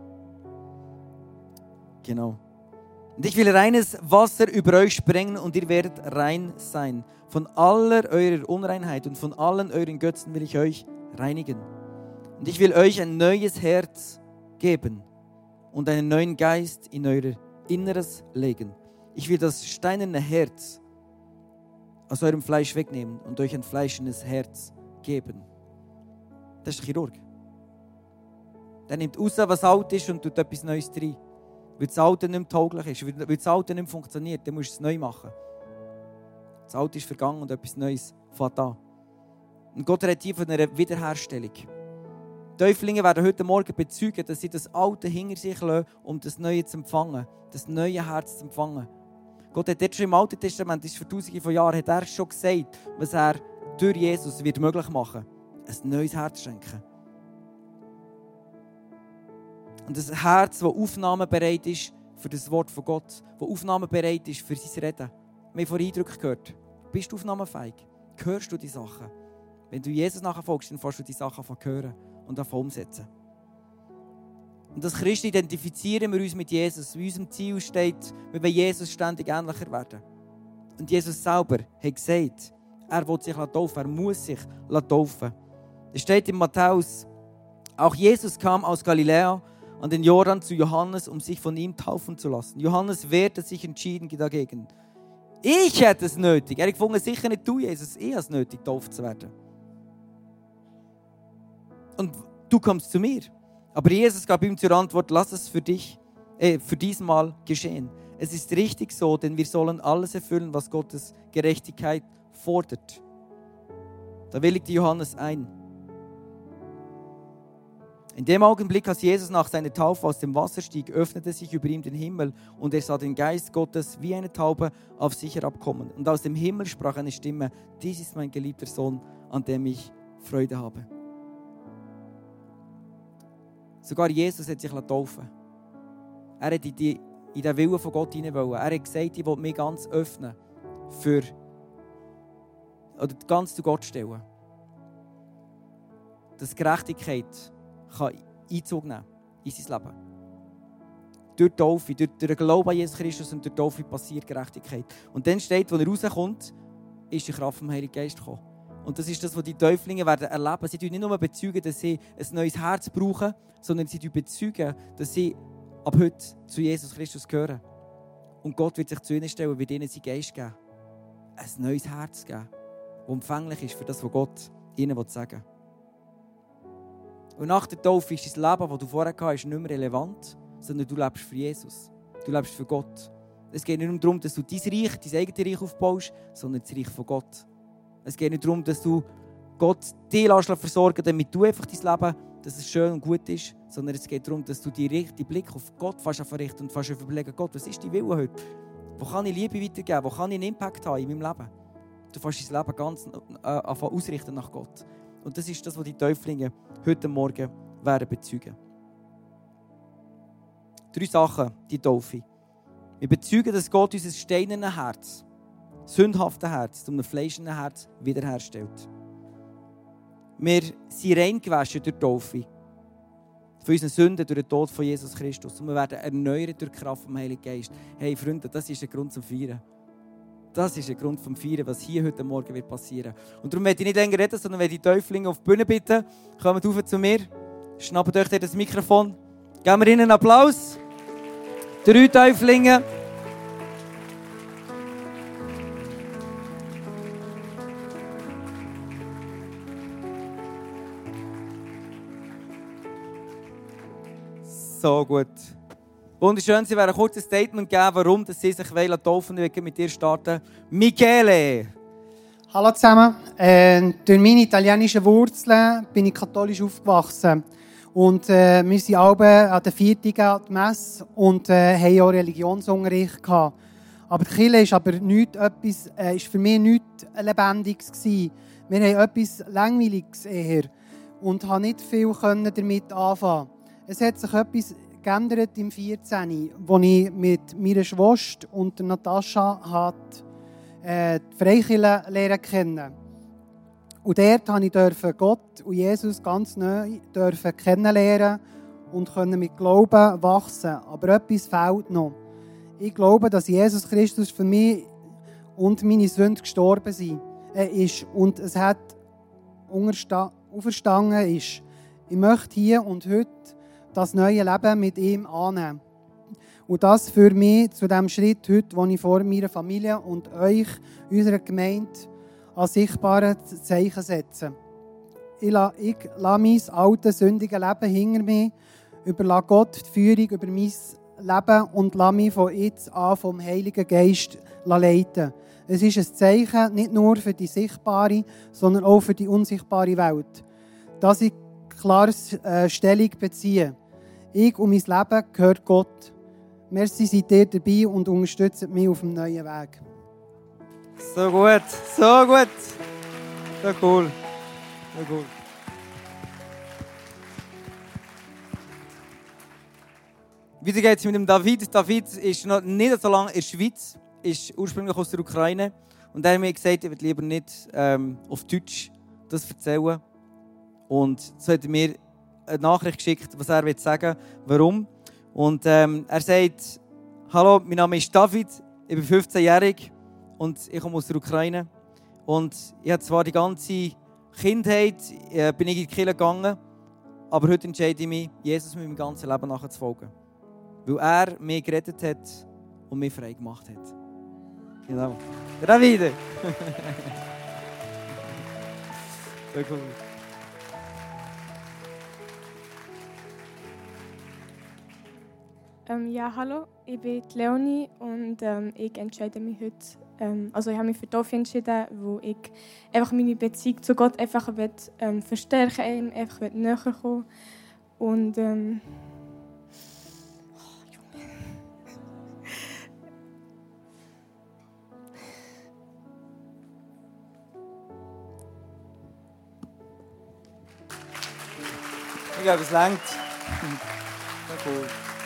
Genau. Und ich will reines Wasser über euch sprengen und ihr werdet rein sein. Von aller eurer Unreinheit und von allen euren Götzen will ich euch reinigen. Und ich will euch ein neues Herz geben und einen neuen Geist in euer Inneres legen. Ich will das steinerne Herz aus eurem Fleisch wegnehmen und euch ein fleischendes Herz geben. Das ist der Chirurg. Der nimmt raus, was alt ist und tut etwas Neues rein. Weil das Alte nicht mehr tauglich ist, weil das Alte nicht mehr funktioniert, dann musst du es neu machen. Das Alte ist vergangen und etwas Neues fängt an. Und Gott redet hier von einer Wiederherstellung. Die Täuflinge werden heute Morgen bezeugen, dass sie das Alte hinter sich lassen, um das Neue zu empfangen, das neue Herz zu empfangen. Gott hat jetzt schon im Alten Testament, das ist vor tausenden von Jahren, hat er schon gesagt, was er durch Jesus wird möglich machen wird. Ein neues Herz schenken. Und ein Herz, das aufnahmebereit ist für das Wort von Gott, das aufnahmebereit ist für sein Reden. Wir haben vorhin Eindrücke gehört. Bist du aufnahmefähig? Hörst du die Sachen? Wenn du Jesus nachfolgst, dann fährst du die Sachen von hören und davon umsetzen. Und als Christen identifizieren wir uns mit Jesus. In unserem Ziel steht, wir wollen Jesus ständig ähnlicher werden. Und Jesus selber hat gesagt, er will sich taufen, er muss sich taufen. Es steht in Matthäus Auch Jesus kam aus Galiläa an den Jordan zu Johannes, um sich von ihm taufen zu lassen. Johannes wehrte sich entschieden dagegen. Ich hätte es nötig. Er hat gefunden, sicher nicht du, Jesus, ich habe es nötig, getauft zu werden. Und du kommst zu mir. Aber Jesus gab ihm zur Antwort, lass es für dich, äh, für diesmal geschehen. Es ist richtig so, denn wir sollen alles erfüllen, was Gottes Gerechtigkeit fordert. Da willigte Johannes ein. In dem Augenblick, als Jesus nach seiner Taufe aus dem Wasser stieg, öffnete sich über ihm den Himmel und er sah den Geist Gottes wie eine Taube auf sich herabkommen. Und aus dem Himmel sprach eine Stimme, dies ist mein geliebter Sohn, an dem ich Freude habe. Sogar Jesus hat sich taufen. Er hat in, die, in den Willen von Gott hinein wollen. Er hat gesagt, ich will mich ganz öffnen für oder ganz zu Gott stellen. Dass Gerechtigkeit kann Einzug nehmen in sein Leben. Durch die Taufe, durch, durch den Glauben an Jesus Christus und durch die Taufe passiert Gerechtigkeit. Und dann steht, als er rauskommt, ist die Kraft vom Heiligen Geist gekommen. Und das ist das, was die Täuflinge werden erleben. Sie bezeugen nicht nur, bezeugen, dass sie ein neues Herz brauchen, sondern sie bezeugen, dass sie ab heute zu Jesus Christus gehören. Und Gott wird sich zu ihnen stellen, wird ihnen seinen Geist geben. Ein neues Herz geben, das empfänglich ist für das, was Gott ihnen sagen will. Und nach der Taufe ist dein Leben, das du vorher hattest, nicht mehr relevant, sondern du lebst für Jesus. Du lebst für Gott. Es geht nicht darum, dass du dein Reich, dein eigenes Reich aufbaust, sondern das Reich von Gott. Es geht nicht darum, dass du Gott dich versorgen lässt, damit du einfach dein Leben, dass es schön und gut ist, sondern es geht darum, dass du den Blick auf Gott verrichten und fast überlegen, Gott, was ist dein Wille heute? Wo kann ich Liebe weitergeben? Wo kann ich einen Impact haben in meinem Leben? Du fährst dein Leben ganz äh, ausrichten nach Gott. Und das ist das, was die Täuflinge heute Morgen werden bezeugen. Drei Sachen, die Taufe. Wir bezeugen, dass Gott unser steinernes Herz, sündhaftes Herz, zu einem fleischenden Herz wiederherstellt. Wir sind rein gewaschen durch die Taufe. Für unsere Sünden durch den Tod von Jesus Christus. Und wir werden erneuert durch die Kraft vom Heiligen Geist. Hey Freunde, das ist ein Grund zum Feiern. Das ist der Grund vom Feiern, was hier heute Morgen wird passieren. Und darum werde ich nicht länger reden, sondern werde die Täuflinge auf die Bühne bitten. Kommt rauf zu mir, schnappt euch das Mikrofon. Geben wir ihnen einen Applaus. Drei Täuflinge. So gut. Wunderschön, sie werden ein kurzes Statement geben, warum dass sie sich taufen wollen. Ich will mit dir starten. Michele! Hallo zusammen. Äh, durch meine italienischen Wurzeln bin ich katholisch aufgewachsen. Und äh, wir sind alle an den Viertigen an der Messe und äh, haben auch Religionsunterricht gehabt. Aber die Kirche ist aber nicht etwas, äh, ist für mich nichts Lebendiges gewesen. Wir haben etwas Langweiliges eher und haben nicht viel damit anfangen. Es hat sich etwas geändert im vierzehn, als ich mit meiner Schwester und der Natascha hat, äh, die Freikirche lernen kennen. Und dort durfte ich Gott und Jesus ganz neu kennenlernen und mit Glauben wachsen. Aber etwas fehlt noch. Ich glaube, dass Jesus Christus für mich und meine Sünden gestorben ist und es hat auferstanden ist. Ich möchte hier und heute das neue Leben mit ihm annehmen. Und das für mich zu dem Schritt heute, wo ich vor meiner Familie und euch, unserer Gemeinde, an sichtbare Zeichen setze. Ich lasse, ich lasse mein altes, sündiges Leben hinter mir, überlasse Gott die Führung über mein Leben und lasse mich von jetzt an vom Heiligen Geist leiten. Es ist ein Zeichen nicht nur für die sichtbare, sondern auch für die unsichtbare Welt, dass ich klar äh, Stellung beziehe. Ich und mein Leben gehört Gott. Merci, seid ihr dabei und unterstützt mich auf dem neuen Weg. So gut, so gut. So cool. So cool. Weiter geht es mit dem David. David ist noch nicht so lange in der Schweiz, ist ursprünglich aus der Ukraine. Und er hat mir gesagt, ich würde lieber nicht ähm, auf Deutsch das erzählen. Und so hat er mir eine Nachricht geschickt, was er sagen will, warum. Und ähm, er sagt, hallo, mein Name ist David, ich bin fünfzehnjährig und ich komme aus der Ukraine. Und ich habe zwar die ganze Kindheit, äh, bin ich in die Kirche gegangen, aber heute entscheide ich mich, Jesus mit meinem ganzen Leben nachzufolgen. Weil er mich gerettet hat und mich frei gemacht hat. Genau. Davide! Sehr cool. Ähm, ja, hallo, ich bin Leonie und ähm, ich entscheide mich heute, ähm, also ich habe mich für Taufe entschieden, weil ich einfach meine Beziehung zu Gott einfach will, ähm, verstärken, ihm einfach will näher kommen und ähm, oh, Junge. Ich glaube, es reicht. Sehr cool.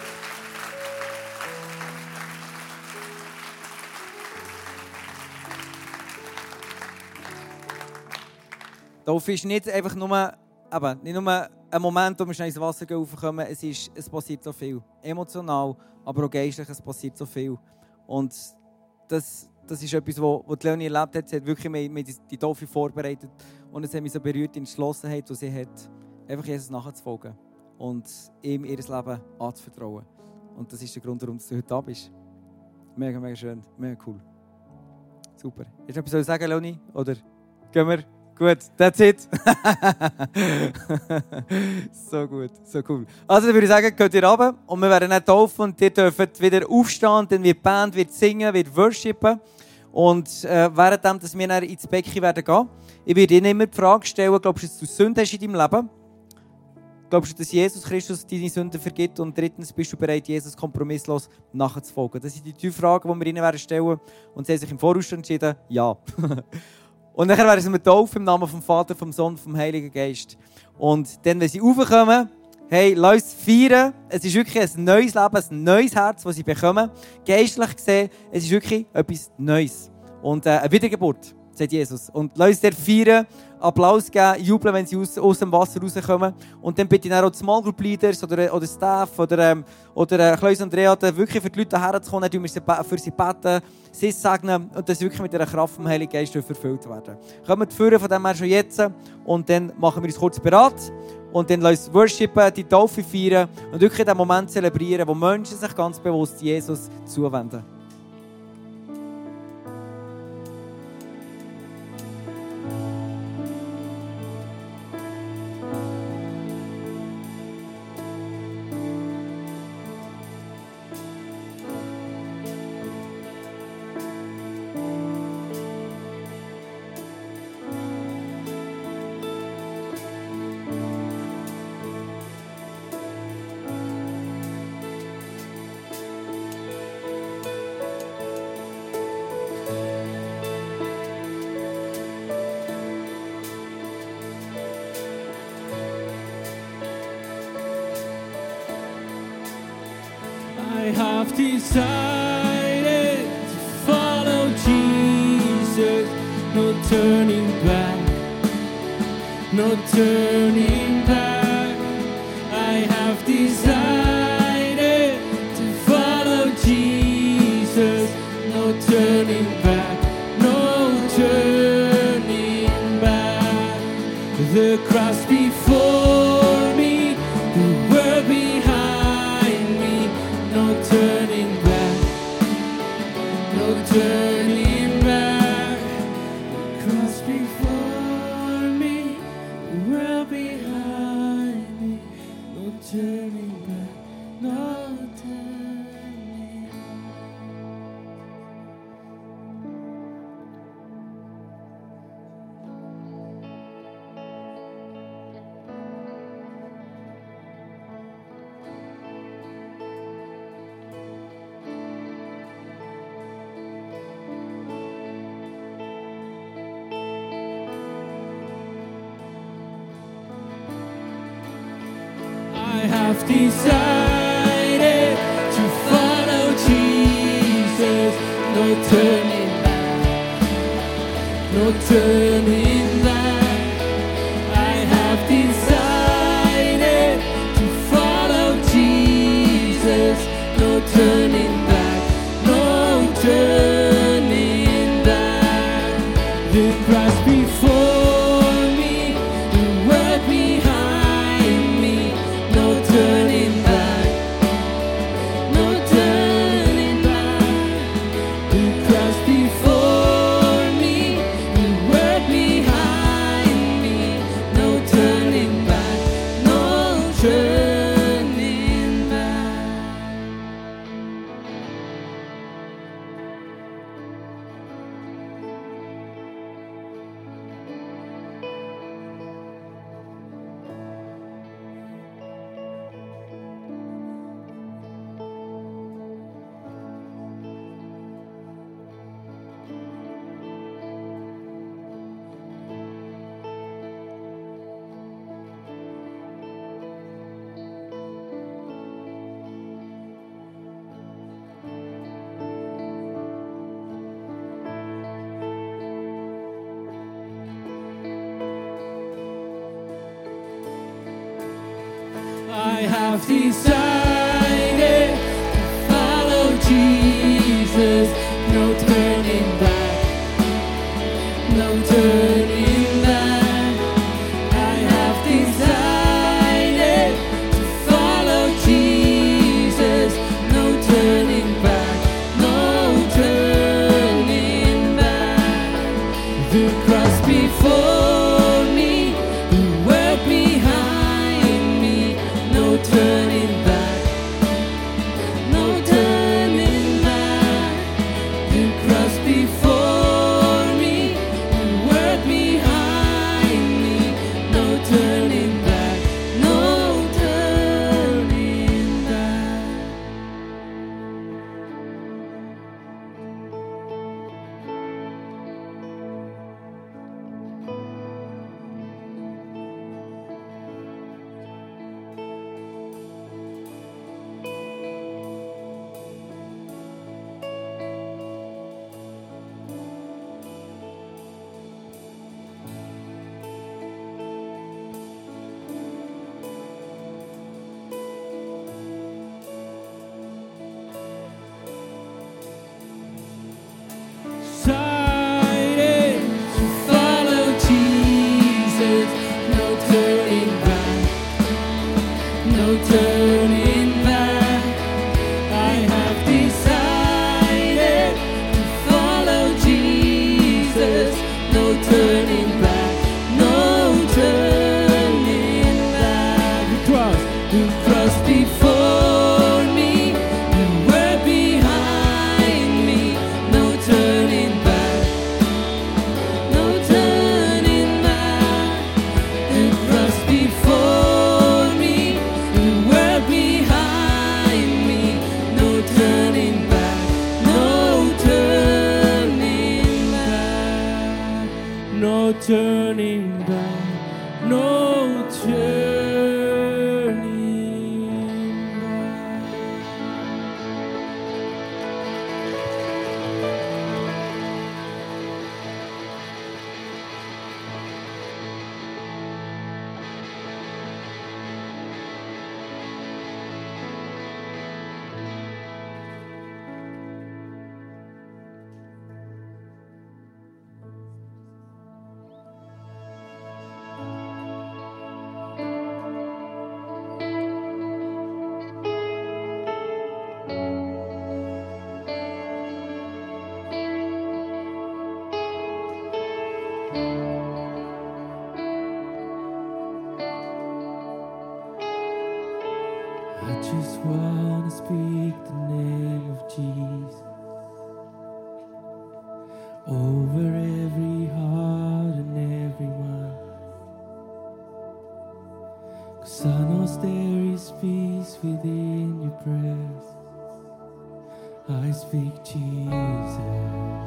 Taufe ist nicht einfach nur, eben, nicht nur ein Moment, wo wir schnell ins Wasser raufkommen. Es, ist, es passiert so viel. Emotional, aber auch geistlich, es passiert so viel. Und das, das ist etwas, was Leonie erlebt hat. Sie hat wirklich mit, mit die Taufe vorbereitet. Und es hat mich so berührt, die Entschlossenheit, die sie hat, einfach Jesus nachzufolgen. Und ihm ihr Leben anzuvertrauen. Und das ist der Grund, warum du heute da bist. Mega, mega schön. Mega cool. Super. Hast du etwas zu sagen, Leonie? Oder gehen wir? Gut, that's it. So gut, so cool. Also dann würde ich sagen, geht ihr runter und wir werden nicht taufen und ihr dürft wieder aufstehen, dann wird die Band wird singen, wird worshipen. Und äh, währenddem, dass wir dann ins Becken werden gehen, ich werde Ihnen immer die Frage stellen, glaubst du, dass du Sünde hast in deinem Leben? Glaubst du, dass Jesus Christus deine Sünden vergibt? Und drittens, bist du bereit, Jesus kompromisslos nachzufolgen? Das sind die drei Fragen, die wir Ihnen werden stellen. Und sie haben sich im Voraus entschieden, ja. Und dann werden sie mit taufen im Namen vom Vater, vom Sohn, vom Heiligen Geist. Und dann, wenn sie raufkommen, hey, lass uns feiern. Es ist wirklich ein neues Leben, ein neues Herz, das sie bekommen. Geistlich gesehen, es ist wirklich etwas Neues. Und äh, eine Wiedergeburt, sagt Jesus. Und lass uns dort feiern, Applaus geben, jubeln, wenn sie aus, aus dem Wasser rauskommen. Und dann bitte ich auch die Small Group Leaders oder, oder Staff oder, ähm, oder äh, Klaus und Andrea, wirklich für die Leute herzukommen, dann wir sie für sie beten, sie segnen und dass sie wirklich mit der Kraft vom Heiligen Geist verfüllt werden. Kommen die Führer von dem her schon jetzt und dann machen wir uns kurz bereit und dann lassen wir uns worshipen, die Taufe feiern und wirklich den Moment zelebrieren, wo Menschen sich ganz bewusst Jesus zuwenden. I have decided to follow Jesus, no turning back, no turning back. I have decided to follow Jesus, no turning back, no turning back. The cross before me, the world behind me, no turning back, no turning back. The cross before me, the world behind me, no turning back, no turning. I have decided to follow Jesus, no turning back, no turning back. I have decided to follow Jesus, no turning back, no turning back. The cross before me, the world behind me, have decided to follow Jesus. No turning back, no turning back. I have decided to follow Jesus. No turning back, no turning back. The cross before me, the world behind me. No turning back, no turning back. The cross before me, the world behind me. No turning back, no turning back. Decided to follow Jesus. No turning back, no turning back. I have decided to follow Jesus. No turning back, no turning back. The cross, the cross before me, the world behind me. No turning back, no turning back. The cross before me, the world behind me. No turning back, no turning back. No turning back, no turning back. I just want to speak the name of Jesus over every heart and every mind. 'Cause I know there is peace within your presence. I speak Jesus.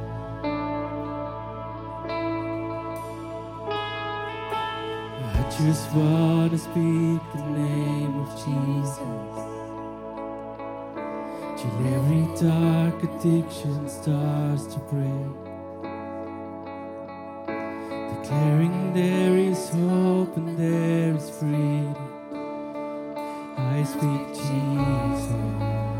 I just want to speak the name of Jesus. Till every dark addiction starts to break. Declaring there is hope and there is freedom. I speak Jesus.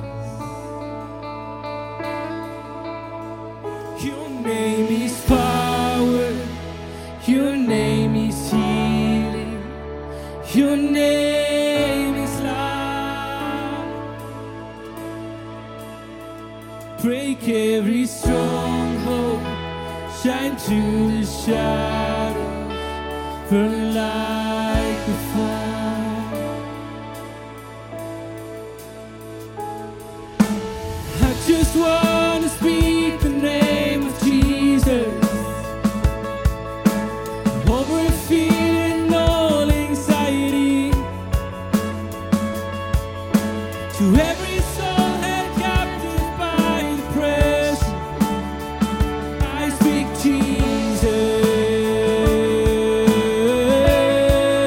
Your name is power. Your name is healing. Your name is love. Break every stronghold. Shine through the shadows. Burn like the fire. I just want to speak the name of Jesus over fear and all anxiety. To every soul held captive by depression, I speak Jesus.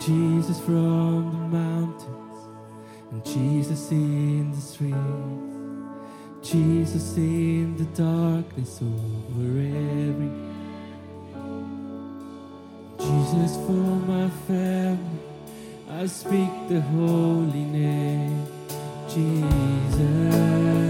Jesus from the mountains, and Jesus in the streets, Jesus in the darkness over every. Jesus for my family, I speak the holy name, Jesus.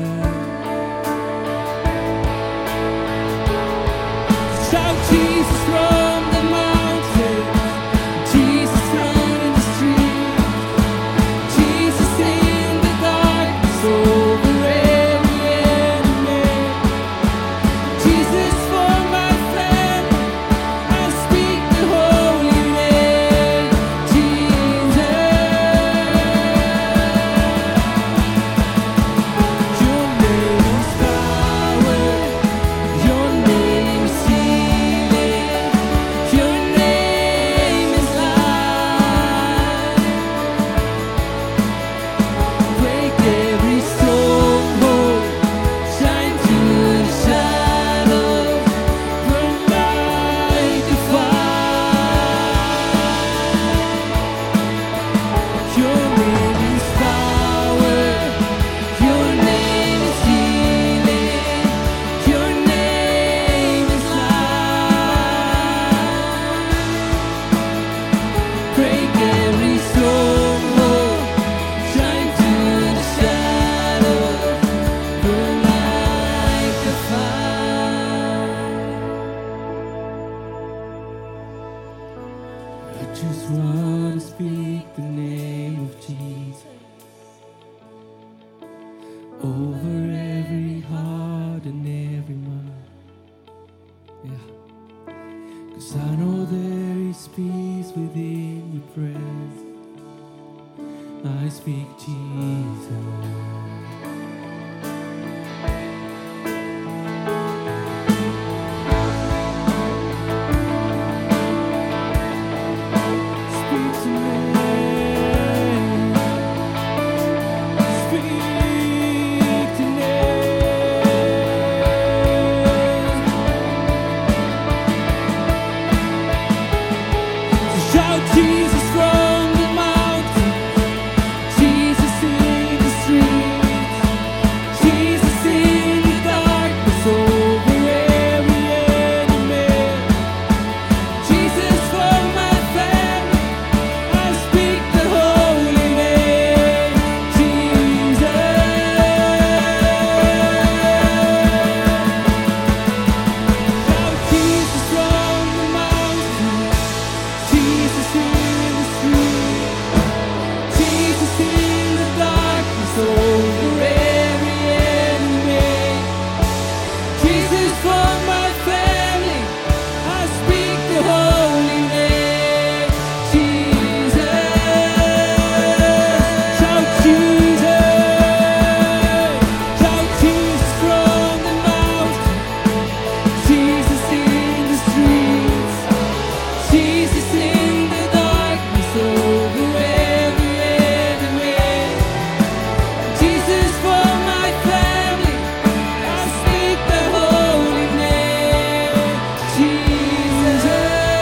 Shout Jesus from the mountain, Jesus in the street, Jesus in the darkness over every enemy. Jesus for my family, I speak the holy name, Jesus. Your name is power, your name is healing, your name is life. Break every stronghold, shine through the shadows, burn like a fire. Your name is power, your name is healing, your name is life. Break every stronghold, shine through the shadows, burn like a fire. I just want to speak the name of Jesus over every heart and every mind. Yeah. 'Cause I know there is peace within your presence. I speak Jesus. Speak to me. Speak to me. So shout Jesus from the mountain, Jesus in the streets, Jesus in the darkness over every enemy. Jesus for my family, I speak the holy name, Jesus. Shout Jesus from the mountain, Jesus in the street, Jesus in the darkness over every enemy. Jesus for my family, I speak the holy name, Jesus. Shout Jesus, shout Jesus from the mountain, Jesus in the streets, Jesus in the darkness over every enemy. Jesus for my family, I speak the holy name, Jesus.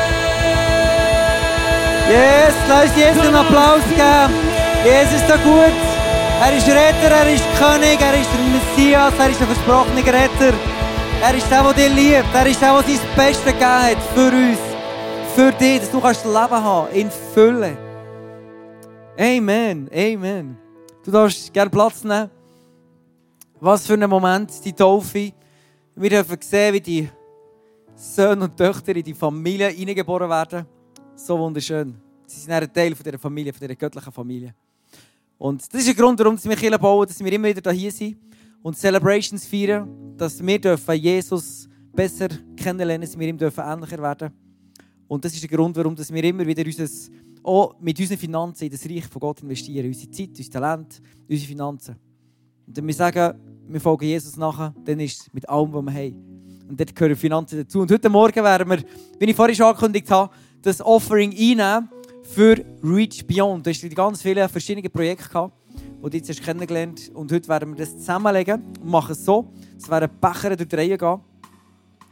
Yes, lass uns Jesus einen Applaus geben. Jesus ist so gut. Er ist Retter, er ist König, er ist der Messias, er ist der versprochene Retter. Er ist der, der dich liebt. Er ist der, der sein Bestes gegeben hat für uns, für dich, dass du kannst Leben haben in Fülle. Amen, Amen. Du darfst gerne Platz nehmen. Was für ein Moment, die Taufe. Wir dürfen sehen, wie die Söhne und Töchter in die Familie hineingeboren werden. So wunderschön. Sie sind ein Teil von dieser Familie, von dieser göttlichen Familie. Und das ist der Grund, warum wir Kirche bauen, dass wir immer wieder hier sind und Celebrations feiern, dass wir dürfen Jesus besser kennenlernen, dass wir ihm dürfen ähnlicher werden. Und das ist der Grund, warum wir immer wieder unser, auch mit unseren Finanzen in das Reich von Gott investieren. Unsere Zeit, unser Talent, unsere Finanzen. Und wenn wir sagen, wir folgen Jesus nachher, dann ist es mit allem, was wir haben. Und dort gehören Finanzen dazu. Und heute Morgen werden wir, wie ich vorhin schon angekündigt habe, das Offering einnehmen für Reach Beyond. Da hast du ganz viele verschiedene Projekte gehabt, die du jetzt hast kennengelernt. Und heute werden wir das zusammenlegen und machen es so, dass wir Becher durch die Reihe gehen.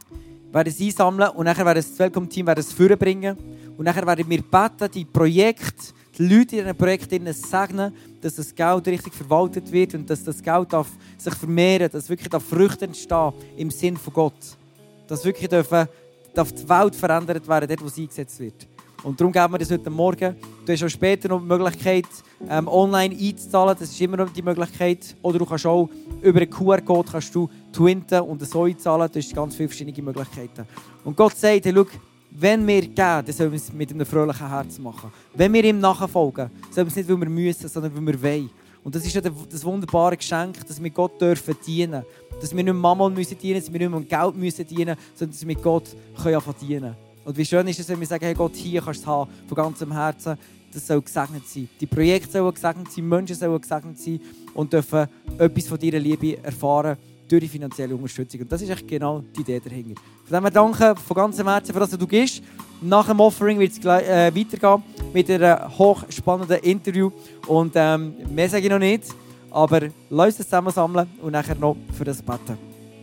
werden es einsammeln und nachher werden das Welcome-Team es vorbringen. Und nachher werden wir beten, die Projekte, die Leute in diesen Projekten segnen, dass das Geld richtig verwaltet wird und dass das Geld darf sich vermehren darf, dass wirklich da Früchte entstehen im Sinn von Gott. Dass wirklich dürfen, darf die Welt verändert werden, dort wo sie eingesetzt wird. Und darum geben wir das heute Morgen. Du hast auch später noch die Möglichkeit, ähm, online einzuzahlen. Das ist immer noch die Möglichkeit. Oder du kannst auch über einen Q R-Code kannst du twinten und so einzahlen. Das sind ganz viele verschiedene Möglichkeiten. Und Gott sagt, hey, schau, wenn wir geben, dann sollen wir es mit einem fröhlichen Herz machen. Wenn wir ihm nachfolgen, sollen wir es nicht, weil wir müssen, sondern weil wir wollen. Und das ist ja das wunderbare Geschenk, dass wir Gott dürfen dienen. Dass wir nicht mehr Mammon müssen dienen, dass wir nicht mehr um Geld müssen dienen, sondern dass wir mit Gott können dienen. Und wie schön ist es, wenn wir sagen, hey Gott, hier kannst du es haben, von ganzem Herzen. Das soll gesegnet sein. Die Projekte sollen gesegnet sein, Menschen sollen gesegnet sein und dürfen etwas von deiner Liebe erfahren durch die finanzielle Unterstützung. Und das ist echt genau die Idee dahinter. Von dem her danke von ganzem Herzen, für das, was du gibst. Nach dem Offering wird es gleich, äh, weitergehen mit einem hochspannenden Interview. Und ähm, mehr sage ich noch nicht, aber lass uns das zusammensammeln und nachher noch für das beten.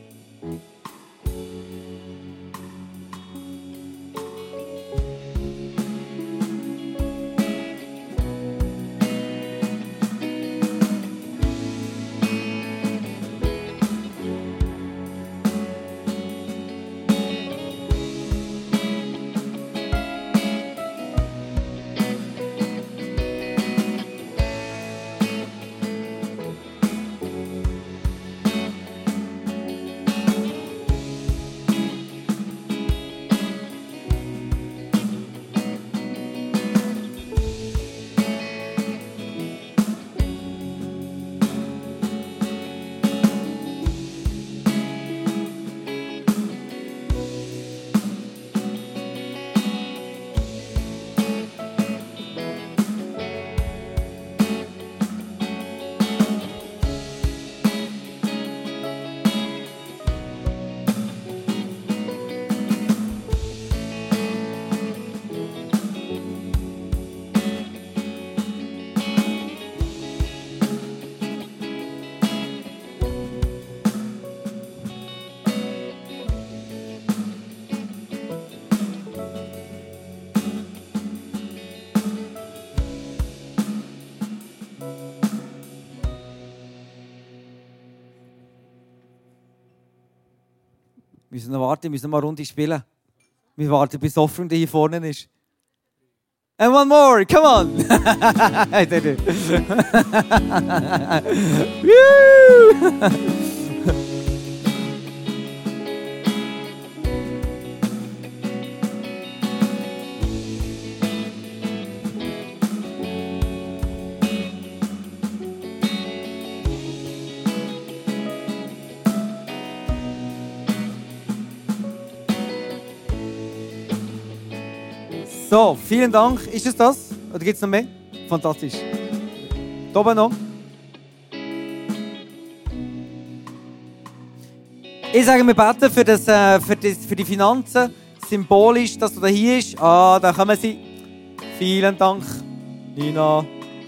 Wir müssen noch warten, wir müssen noch mal eine Runde spielen. Wir warten, bis Offering hier vorne ist. And one more, come on! So, vielen Dank. Ist es das? Oder gibt es noch mehr? Fantastisch. Da oben noch. Ich sage, wir beten für, das, äh, für, das, für die Finanzen. Symbolisch, dass du da hier bist. Ah, da kommen sie. Vielen Dank, Nina.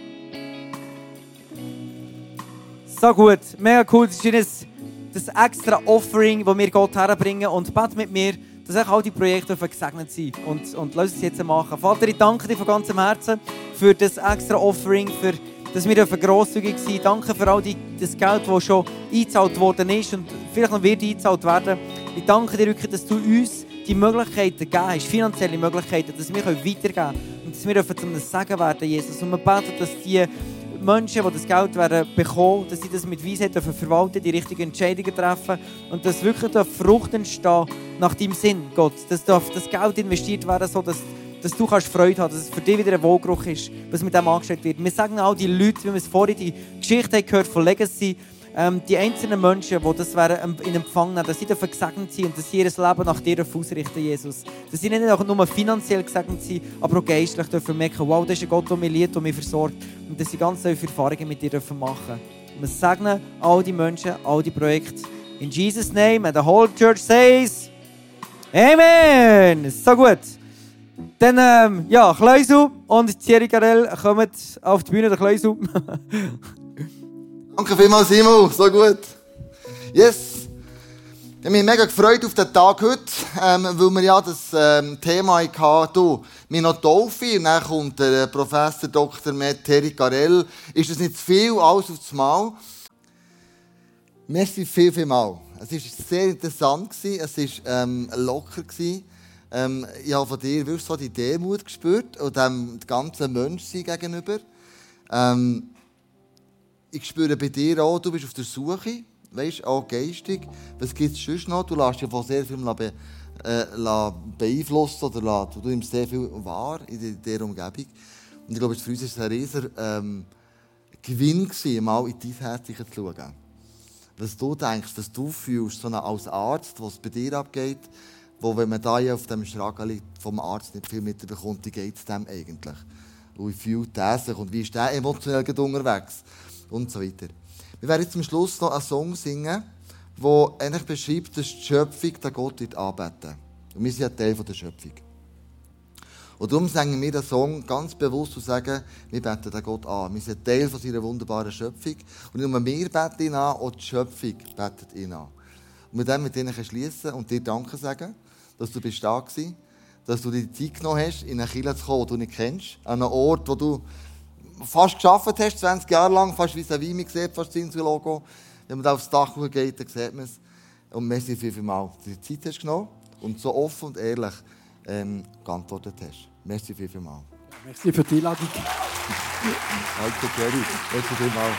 So gut. Mega cool. Das ist das extra Offering, das wir Gott herbringen. Und bete mit mir, dass all die Projekte gesegnet sind. Und, und lass uns jetzt machen. Vater, ich danke dir von ganzem Herzen für das extra Offering, für, dass wir grosszügig sein dürfen. Danke für all die, das Geld, das schon eingezahlt worden ist und vielleicht noch wird eingezahlt werden. Ich danke dir wirklich, dass du uns die Möglichkeiten gibst, finanzielle Möglichkeiten, dass wir weitergeben können und dass wir zu einem Segen werden, Jesus. Und wir beten, dass die Menschen, die das Geld werden bekommen, dass sie das mit Weisheit verwalten, die richtigen Entscheidungen treffen und dass wirklich eine Frucht entsteht nach deinem Sinn, Gott. Dass das Geld investiert werden so dass, dass du kannst Freude haben, dass es für dich wieder ein Wohlgeruch ist, was mit dem angestellt wird. Wir sagen auch die Leute, wie wir es vorhin die Geschichte gehört von Legacy, ähm, die einzelnen Menschen, die das in Empfang nehmen, dass sie dafür gesegnet sind und dass sie ihr Leben nach dir ausrichten, Jesus. Dass sie nicht nur finanziell gesegnet sind, aber auch geistlich dürfen merken, wow, das ist ein Gott, der mich liebt und mich versorgt. Und dass sie ganz viele Erfahrungen mit dir dürfen machen. Und wir segnen all die Menschen, all die Projekte. In Jesus' name, and the whole church says, Amen! So gut. Dann, ähm, ja, Kleusel und Thierry Garel kommen auf die Bühne, der Kleusel. Danke vielmals, Simon. So gut. Yes. Ich habe mich mega gefreut auf den Tag heute, ähm, weil wir ja das ähm, Thema hatten, du, wir noch Taufe, und dann kommt der Professor Doktor Med Terry Garel. Ist das nicht zu viel, alles auf das Mal? Merci viel, viel mal. Es war sehr interessant, es war ähm, locker. Ähm, ich habe von dir wirklich so die Demut gespürt und dem ganzen Menschsein gegenüber. Ähm, ich spüre bei dir auch, du bist auf der Suche. Weißt, auch geistig. Was gibt es sonst noch? Du lässt dich von sehr viel be, äh, beeinflussen oder lässt, du nimmst sehr viel wahr in dieser Umgebung. Und ich glaube, für uns war es ein riesiger ähm, Gewinn, mal in dein Herz zu schauen. Was du denkst, was du fühlst, so als Arzt, was bei dir abgeht, wo, wenn man da auf dem Schragen liegt, vom Arzt nicht viel mitbekommt, wie geht es dem eigentlich? Und wie fühlt er sich und wie ist der emotionell unterwegs? Und so weiter. Wir werden jetzt zum Schluss noch einen Song singen, der eigentlich beschreibt, dass die Schöpfung den Gott anbeten. Und wir sind ein Teil der Schöpfung. Und darum singen wir den Song ganz bewusst und sagen, wir beten den Gott an. Wir sind ein Teil seiner wunderbaren Schöpfung. Und nicht nur wir beten ihn an, auch die Schöpfung betet ihn an. Und mit dem mit ihnen schließen und dir Danke sagen, dass du bist da warst, dass du dir die Zeit genommen hast, in eine Kirche zu kommen, die du nicht kennst. An einen Ort, wo du fast gearbeitet hast, zwanzig Jahre lang, fast wie ein Wien sieht, fast das Insel-Logo. Wenn man da aufs Dach geht, dann sieht man es. Und merci viel, viel mal, dass du dir Zeit hast genommen und so offen und ehrlich ähm, geantwortet hast. Merci viel, viel mal. Merci für die Einladung. Danke, Jerry. Merci viel mal.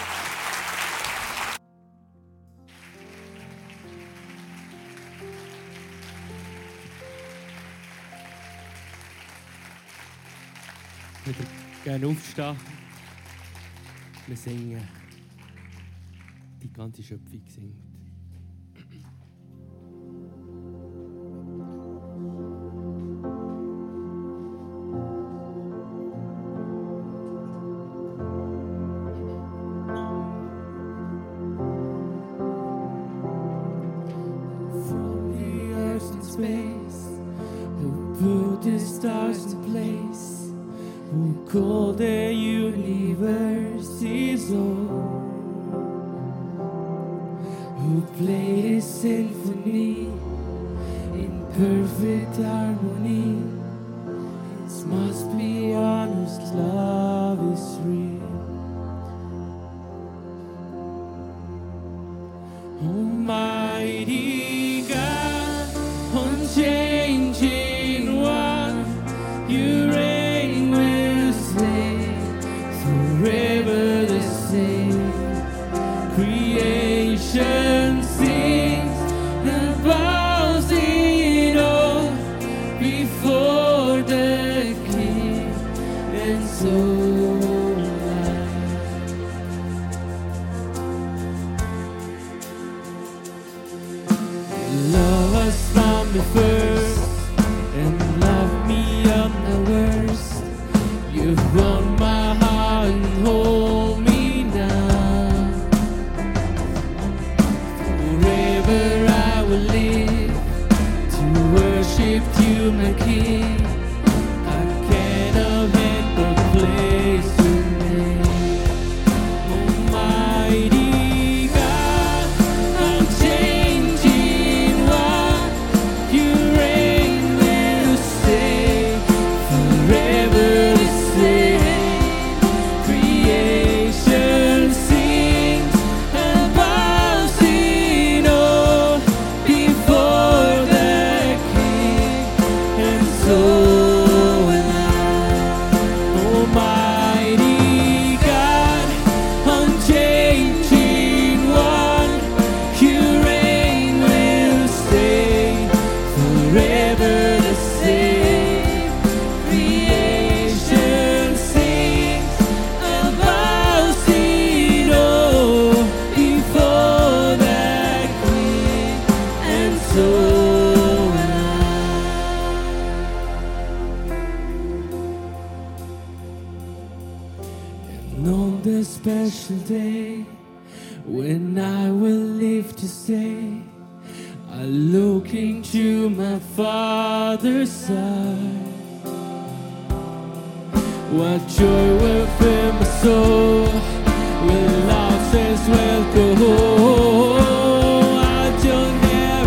Ich würde gerne aufstehen. Wir singen. Die ganze Schöpfung singt. From the earth and space, who put the stars in place, who called the universe his own, who played a symphony in perfect harmony. It must be honest, love is real. Almighty God, unchanging one, you reign will stay forever the same. Creation sings and bows in awe before the King, and so love us from the first and love me on the worst. You've won my heart and hold me now. Forever I will live to worship you, my King. I cannot let the place you made. Almighty God, unchanging one, you reign will stay forever the same. Creation sings and bows in awe before the King, and so will I. Almighty God, unchanging one, you reign will stay forever the same. Creation sings and bows in awe before the King, and so will I. And on the special day when I will live to stay, I look into my Father's side. What joy will fill my soul when love says, well, go home. I don't have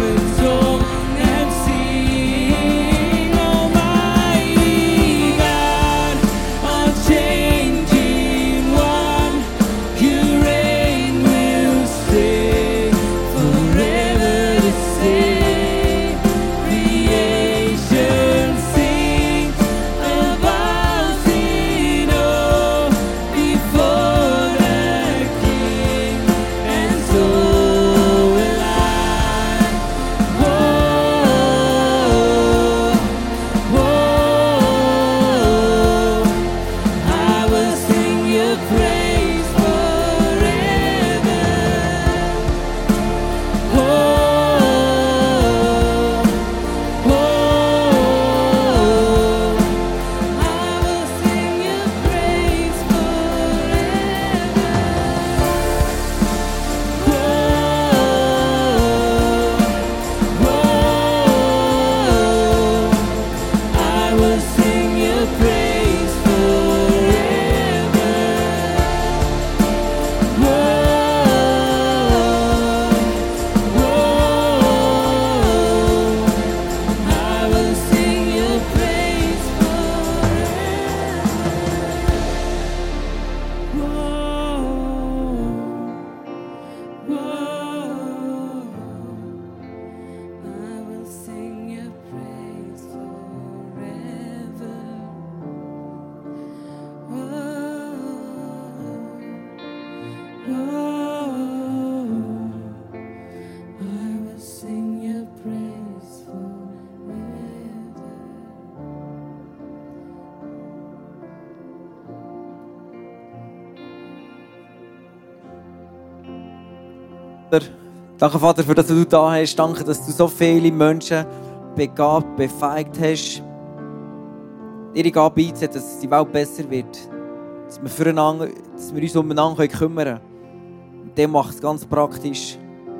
Vater. Danke, Vater, für das, was du da hast. Danke, dass du so viele Menschen begabt, befähigt hast, ihre Gabe einzusetzen, dass die Welt besser wird. Dass wir, füreinander, dass wir uns umeinander kümmern können. Und dem macht es ganz praktisch.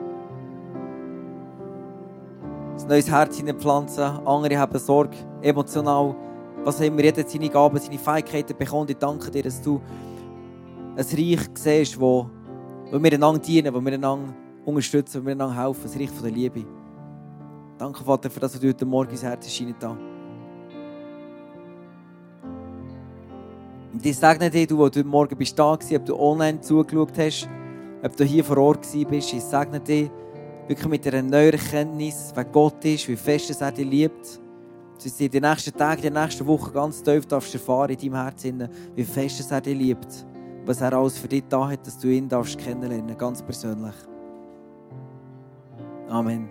Ein neues Herz hineinpflanzen. Andere haben Sorge, emotional. Was immer, jeder hat seine Gaben, seine Fähigkeiten bekommen. Ich danke dir, dass du ein Reich siehst, wo, wo wir einander dienen, wo wir einander unterstützen, wo wir einander helfen. Das Reich von der Liebe. Danke, Vater, für das, was du heute Morgen ins Herz scheinen da. Und ich segne dich, du, wo du heute Morgen bist da warst, ob du online zugeschaut hast, ob du hier vor Ort bist. Ich segne dich wirklich mit einer neuen Erkenntnis, wer Gott ist, wie fest er dich liebt. Dass du in den nächsten Tagen, in den nächsten Wochen ganz tief darfst erfahren in deinem Herzen, wie fest er dich liebt. Was er alles für dich da hat, dass du ihn darfst kennenlernen, ganz persönlich. Amen.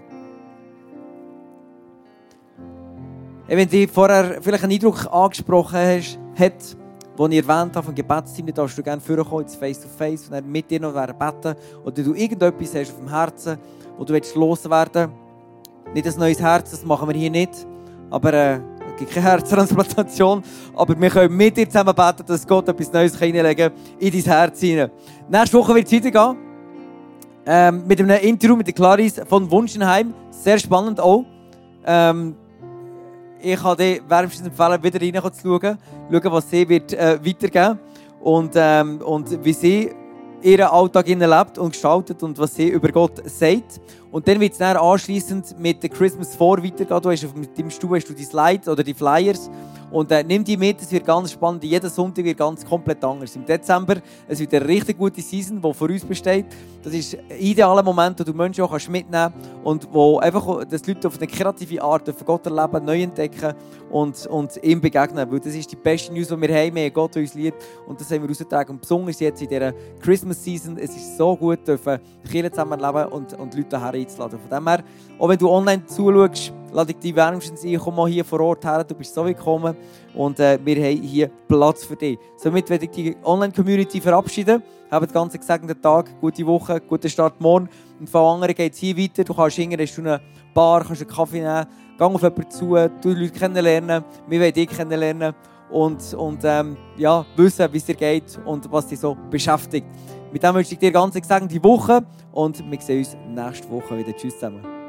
Wenn du vorher vielleicht einen Eindruck angesprochen hast, hat, den ich erwähnt habe, vom Gebetsteam, dann darfst du gerne vorkommen, ins Face-to-Face, und dann mit dir noch beten. Oder du irgendetwas hast auf dem Herzen, wo du loswerden willst. Nicht ein neues Herz, das machen wir hier nicht. Aber äh, es gibt keine Herztransplantation. Aber wir können mit dir zusammen beten, dass Gott etwas Neues hineinlegen kann in dein Herz hinein. Nächste Woche wird es weitergehen. Ähm, mit einem Interview mit der Clarice von Wunschenheim. Sehr spannend auch. Ähm, ich kann dir wärmstens empfehlen, wieder reinzuschauen. Schauen, was sie wird, äh, weitergeben und, ähm, und wie sie ihren Alltag lebt und gestaltet und was sie über Gott sagt. Und dann wird es dann anschliessend mit der Christmas vier weitergehen. Du hast auf deinem Stuhl hast du die Slides oder die Flyers. Und äh, nimm die mit, es wird ganz spannend. Jeder Sonntag wird ganz komplett anders. Im Dezember es wird eine richtig gute Season, die vor uns besteht. Das ist ein idealer Moment, wo du Menschen auch mitnehmen kannst und wo einfach, dass die Leute auf eine kreative Art für Gott erleben, neu entdecken und, und ihm begegnen. Weil das ist die beste News, die wir haben. Wir haben Gott, der uns liebt. Und das haben wir rausgetragen. Und besonders jetzt in dieser Christmas Season, es ist so gut, dürfen Kirche zusammen leben und, und Leute hierher einzuladen. Von dem her, auch wenn du online zuschaust, lade ich dich wärmstens ein, komm mal hier vor Ort her, du bist so willkommen und äh, wir haben hier Platz für dich. Somit werde ich die Online-Community verabschieden. Habt einen ganz gesegneten Tag, gute Woche, guten Start morgen. Und von anderen geht es hier weiter. Du kannst hingehen, hast du eine Bar, kannst einen Kaffee nehmen, geh auf jemanden zu, du Leute kennenlernen, wir wollen dich kennenlernen und, und ähm, ja, wissen, wie es dir geht und was dich so beschäftigt. Mit dem wünsche ich dir ganz gesegnete Woche und wir sehen uns nächste Woche wieder. Tschüss zusammen.